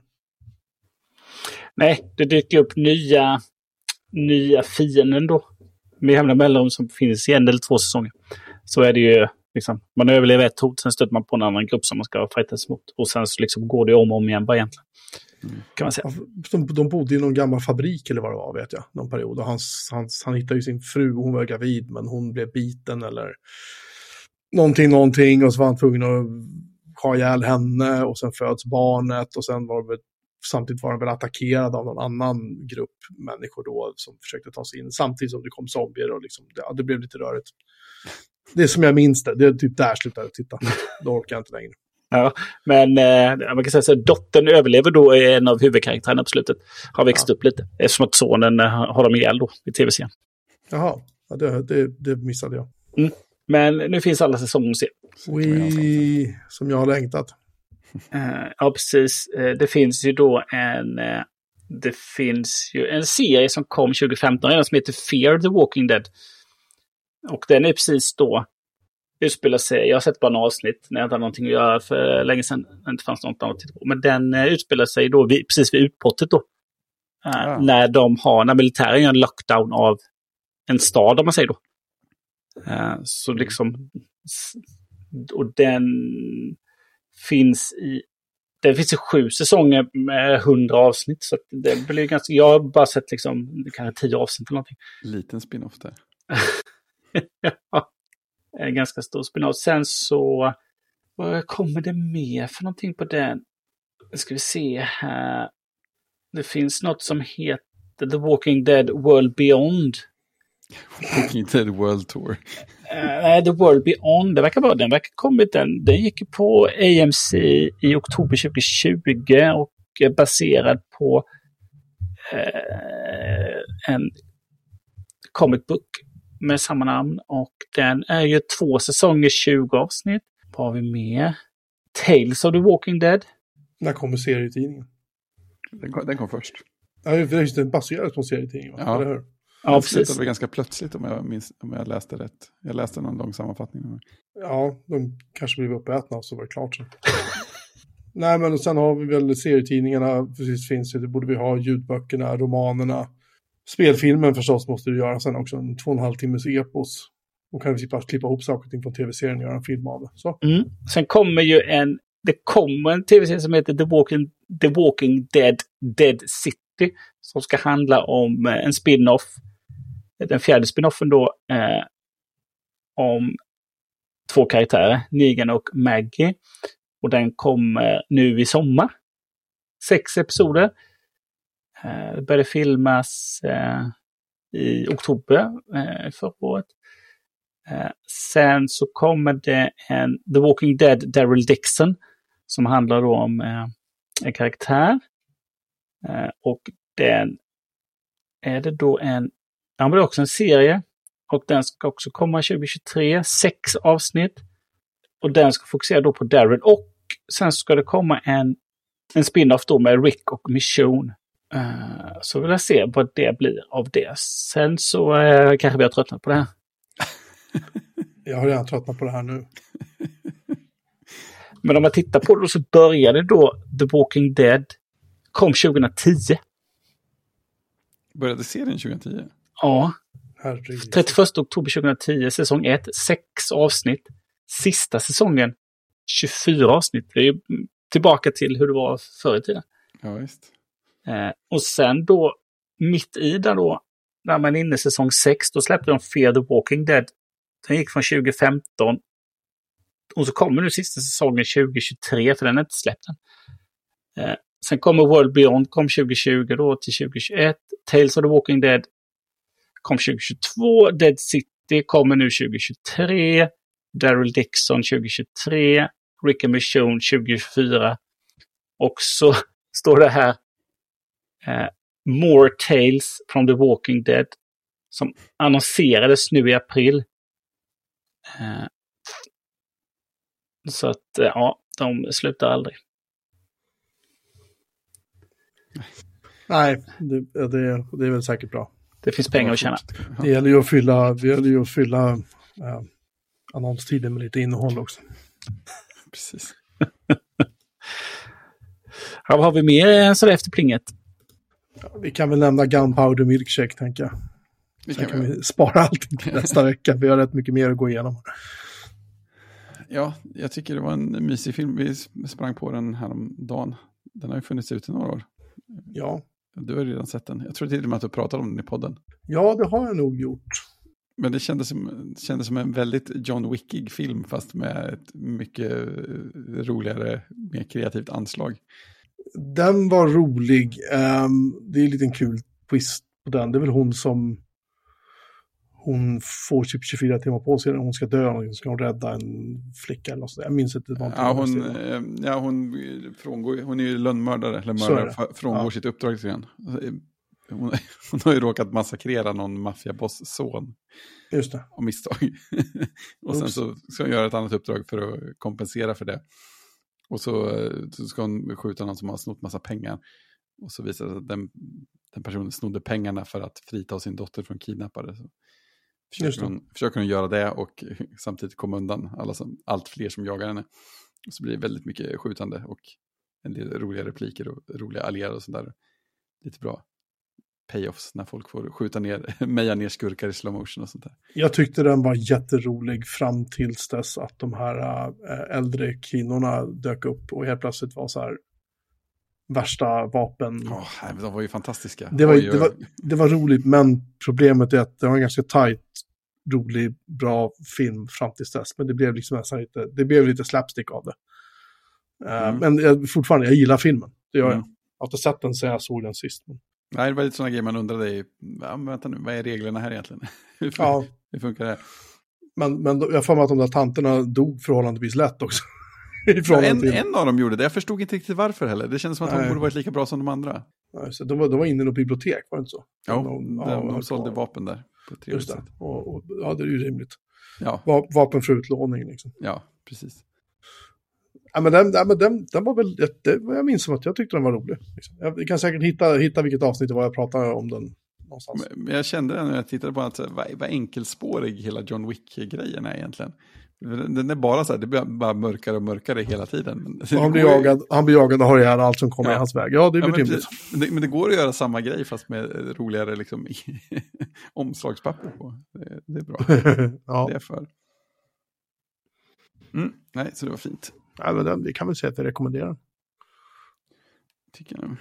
Nej, det dyker upp nya, nya fienden då. Med jämna mellanrum som finns i en eller två säsonger. Så är det ju liksom, man överlever ett hot, sen stöter man på en annan grupp som man ska fightas mot. Och sen så liksom går det om och om igen bara egentligen. Mm. Kan man säga. De, de bodde i någon gammal fabrik eller vad det var, vet jag. Någon period. Och hans, hans, han hittade ju sin fru, hon var gravid, men hon blev biten eller någonting, någonting. Och så var han tvungen att ha ihjäl henne och sen föds barnet. Och sen var det samtidigt var han väl attackerad av någon annan grupp människor då som försökte ta sig in. Samtidigt som det kom zombier och liksom, det, ja, det blev lite rörigt. Det är som jag minns det. Det är typ där slutade jag titta. Då orkar jag inte längre. Ja, men eh, man kan säga så att dottern överlever då är en av huvudkaraktärerna på slutet. Har växt ja. upp lite. Eftersom att sonen eh, har dem ihjäl då i tv-serien. Jaha, ja, det, det, det missade jag. Mm. Men nu finns alla säsonger att se. Oui, som jag har längtat. Uh, ja, precis. Uh, det finns ju då en uh, det finns ju en serie som kom tjugo femton redan som heter Fear the Walking Dead. Och den är precis då utspelar sig, jag har sett bara en avsnitt när jag inte hade någonting att göra för länge sedan, det inte fanns något annat att titta på. Men den uh, utspelar sig då vid, precis vid utbrottet då. Uh, ja. När de har, när militären gör en lockdown av en stad om man säger då. Uh, så liksom och den finns i det finns ju sju säsonger med hundra avsnitt så det blir ganska, jag har bara sett liksom kanske tio avsnitt eller någonting. Liten spin-off där. Ja, en ganska stor spin-off. Sen så vad kommer det med för någonting på den? Ska vi se här. Det finns något som heter The Walking Dead World Beyond. Walking Dead World Tour. Nej, uh, The World Beyond, det verkar vara den. verkar kommit den. Den gick på A M C i oktober tjugo tjugo och är baserad på uh, en comic book med samma namn. Och den är ju två säsonger, tjugo avsnitt. Vad har vi med? Tales of the Walking Dead. När kommer serietidningen? Den kom, den kom först. Ja, just det, baserad på serietidningen. Ja. Eller hur? Ja, det slutade väl ganska plötsligt om jag, minns, om jag läste rätt. Jag läste någon lång sammanfattning. Ja, de kanske blev uppätna och så var det klart sen. Nej, men sen har vi väl serietidningarna. Precis finns det. Det borde vi ha ljudböckerna, romanerna. Spelfilmen förstås måste du göra sen också. En två och en halv timmes epos. Och kan vi bara klippa ihop saker från tv-serien och göra en film av det. Så. Mm. Sen kommer ju en, det kommer en tv-serie som heter The Walking, The Walking Dead, Dead City. Som ska handla om en spin-off. Den fjärde spin-offen då eh, om två karaktärer, Negan och Maggie. Och den kommer nu i sommar. Sex episoder. Eh, det började filmas eh, i oktober eh, förra året. Eh, sen så kommer det en The Walking Dead Daryl Dixon som handlar då om eh, en karaktär. Eh, och den är det då en ja, men det är också en serie och den ska också komma tjugo tjugotre, sex avsnitt och den ska fokusera då på Daryl och sen ska det komma en, en spin-off då med Rick och Michonne. Uh, så vill jag se vad det blir av det. Sen så uh, kanske vi har tröttnat på det här. Jag har redan tröttnat på det här nu. Men om man tittar på det så började då The Walking Dead kom tjugohundratio. Började serien tjugohundratio? Ja. Herregud. trettioförsta oktober tjugohundratio, säsong ett, sex avsnitt. Sista säsongen, tjugofyra avsnitt. Det är ju tillbaka till hur det var förr i tiden. Ja, visst. Eh, och sen då, mitt i där då, när man är inne i säsong sex, då släppte de Fear the Walking Dead. Den gick från tjugo femton. Och så kommer nu sista säsongen tjugo tjugotre, för den är inte släppt än. Eh, sen kommer World Beyond, kom tjugo tjugo då till tjugo tjugoett. Tales of the Walking Dead kom tjugo tjugotvå. Dead City kommer nu tjugo tjugotre. Daryl Dixon tjugo tjugotre. Rick and Michonne tjugo tjugofyra. Och så står det här eh, More Tales from the Walking Dead som annonserades nu i april. Eh, Så att ja, de slutar aldrig. Nej, det, det, det är väl säkert bra. Det finns pengar att tjäna. Det gäller ju att fylla, det gäller ju att fylla äh, annonstiden med lite innehåll också. Precis. Ja, vad har vi mer så efter plinget? Ja, vi kan väl nämna Gunpowder Milkshake, tänker jag. Vi Sen kan, kan vi spara allting till nästa vecka. Vi har rätt mycket mer att gå igenom. Ja, jag tycker det var en mysig film. Vi sprang på den här om dagen. Den har ju funnits ute i några år. Ja. Du har redan sett den. Jag tror till och med att du pratade om den i podden. Ja, det har jag nog gjort. Men det kändes som, kändes som en väldigt John Wickig film, fast med ett mycket roligare, mer kreativt anslag. Den var rolig. Um, det är en liten kul twist på den. Det är väl hon som hon får typ tjugofyra timmar på sig när hon ska dö och ska hon rädda en flicka eller något sådär. Jag minns inte. Det var ja, hon, ja, hon, frångår, hon är ju lönnmördare, eller mördare, frångår ja. sitt uppdrag till den. Hon, hon har ju råkat massakrera någon maffiaboss son. Just det. Av misstag. Och sen så ska hon göra ett annat uppdrag för att kompensera för det. Och så, så ska hon skjuta någon som har snott massa pengar. Och så visar det sig att den, den personen snodde pengarna för att frita sin dotter från kidnappare. Så försöker, hon, försöker hon göra det och samtidigt komma undan alla som, allt fler som jagar henne. Och så blir det väldigt mycket skjutande och en del roliga repliker och roliga allierade och sådär. Lite bra payoffs när folk får skjuta ner, meja ner skurkar i slow motion och sånt där. Jag tyckte den var jätterolig fram tills dess att de här äh, äldre kvinnorna dök upp och helt plötsligt var så här värsta vapen. Oh, de var ju fantastiska. Det var, det, var, det var roligt, men problemet är att det var en ganska tight, rolig, bra film fram tills dess. Men det blev liksom nästan lite, det blev lite slapstick av det. Mm. Uh, men jag, fortfarande, jag gillar filmen. Det gör mm. jag. Jag har inte sett den så jag såg den sist. Men... Nej, det var lite sådana grejer man undrade i, ja, vänta nu, vad är reglerna här egentligen? hur, ja. hur funkar det? Men, men jag får med att de där tanterna dog förhållandevis lätt också. ja, en, en av dem gjorde det. Jag förstod inte riktigt varför heller. Det kändes som att Nej. de borde varit lika bra som de andra. Nej, så de, var, de var inne i något bibliotek, var det inte så? Ja, de, de, de, de sålde vapen där. På ett Just det. Sätt. Och, och, ja, det är ju rimligt. Ja. Va, vapen för utlåning liksom. Ja, precis. Ja, men den, ja, men den, den var väl, det, jag minns som att jag tyckte den var rolig. Liksom. Jag kan säkert hitta, hitta vilket avsnitt det var jag pratade om den någonstans. Men, men jag kände när jag tittade på att vad, vad enkelspårig hela John Wick-grejen är egentligen. Den är bara så här, det blir bara mörkare och mörkare hela tiden. Han blir, jagad, han blir jagad och har ihjäl allt som kommer ja. i hans väg. Ja, det är ja, rimligt. Men det, men det går att göra samma grej fast med roligare liksom, omslagspapper på. Det, det är bra. ja. Det är för. Mm, nej, så det var fint. Ja, men den, vi kan väl säga att vi rekommenderar. Tycker jag.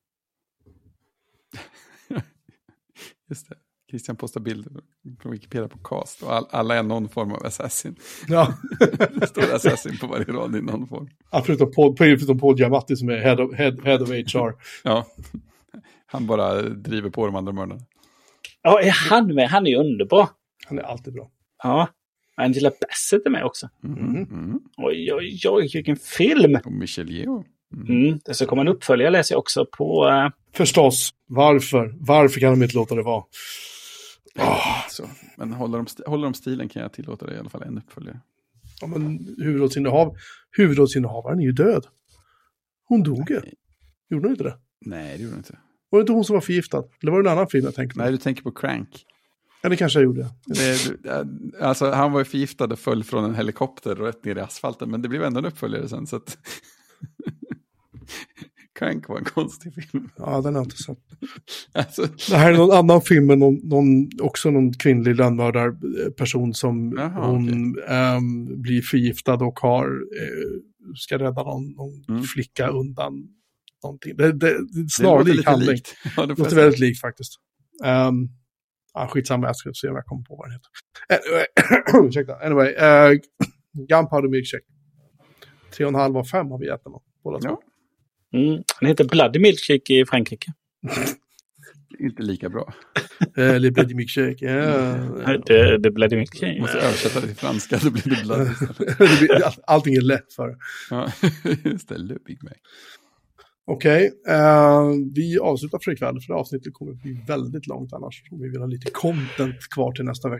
Just det. Christian postar bilder från Wikipedia på cast och all, alla är någon form av assassin. Ja. Det står assassin på varje rad i någon form. Ja, förutom Paul, förutom Paul Giamatti som är head of, head, head of H R. Ja, han bara driver på de andra mördarna. Ja, är han med? Han är ju underbar. Han är alltid bra. Ja, Angela Bassett är med också. Mm. Mm. Oj, oj, oj, vilken film! Och Michelle Yeoh. Mm. Mm, det så kommer en uppföljare läser jag också på... Uh... Förstås. Varför? Varför kan de inte låta det vara? Oh. Så. Men håller de, st- håller de stilen kan jag tillåta det i alla fall en uppföljare. Ja, men huvudrollsinnehav, huvudrollsinnehavaren är ju död. Hon dog ju. Gjorde hon inte det? Nej, det gjorde hon inte. Var det inte hon som var förgiftad? Eller var det en annan film jag tänkte på? Nej, du tänker på Crank. Ja, det kanske jag gjorde. Det, alltså, han var ju förgiftad och föll från en helikopter och rätt ner i asfalten. Men det blev ändå en uppföljare sen. Så att... Crank var en konstig film. Ja, den har jag inte sett. Alltså... Det här är någon annan film med någon, någon, också någon kvinnlig lönnmördarperson som Jaha, hon okay. ähm, blir förgiftad och har, äh, ska rädda någon, någon mm. flicka undan någonting. Det, det, det är snarlik handling. Likt. Ja, det låter väldigt likt faktiskt. Um, ja, skitsamma, jag ska se om jag kommer på vad den heter. Anyway, ursäkta. Anyway, uh, Gunpowder Milkshake. Tre och en halv av fem har vi ätit något. Båda två. Mm. Den heter Bloody Milkshake i Frankrike. Inte lika bra. uh, Le Bloody Milkshake, ja. Yeah. Det, det Bloody Milkshake. Måste översätta det till franska, då blir det bloody. Allting är lätt för. Ja, just det, Le Big Mac. Okej, okay, uh, vi avslutar för ikväll för det avsnittet kommer att bli väldigt långt annars om vi vill ha lite content kvar till nästa vecka.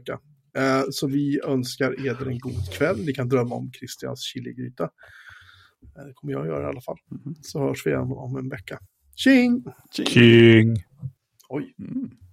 Eh, så vi önskar er en god kväll. Ni kan drömma om Christians chiligryta. Eh, det kommer jag göra i alla fall. Så hörs vi igen om en vecka. Tjing! King! Oj. Mm.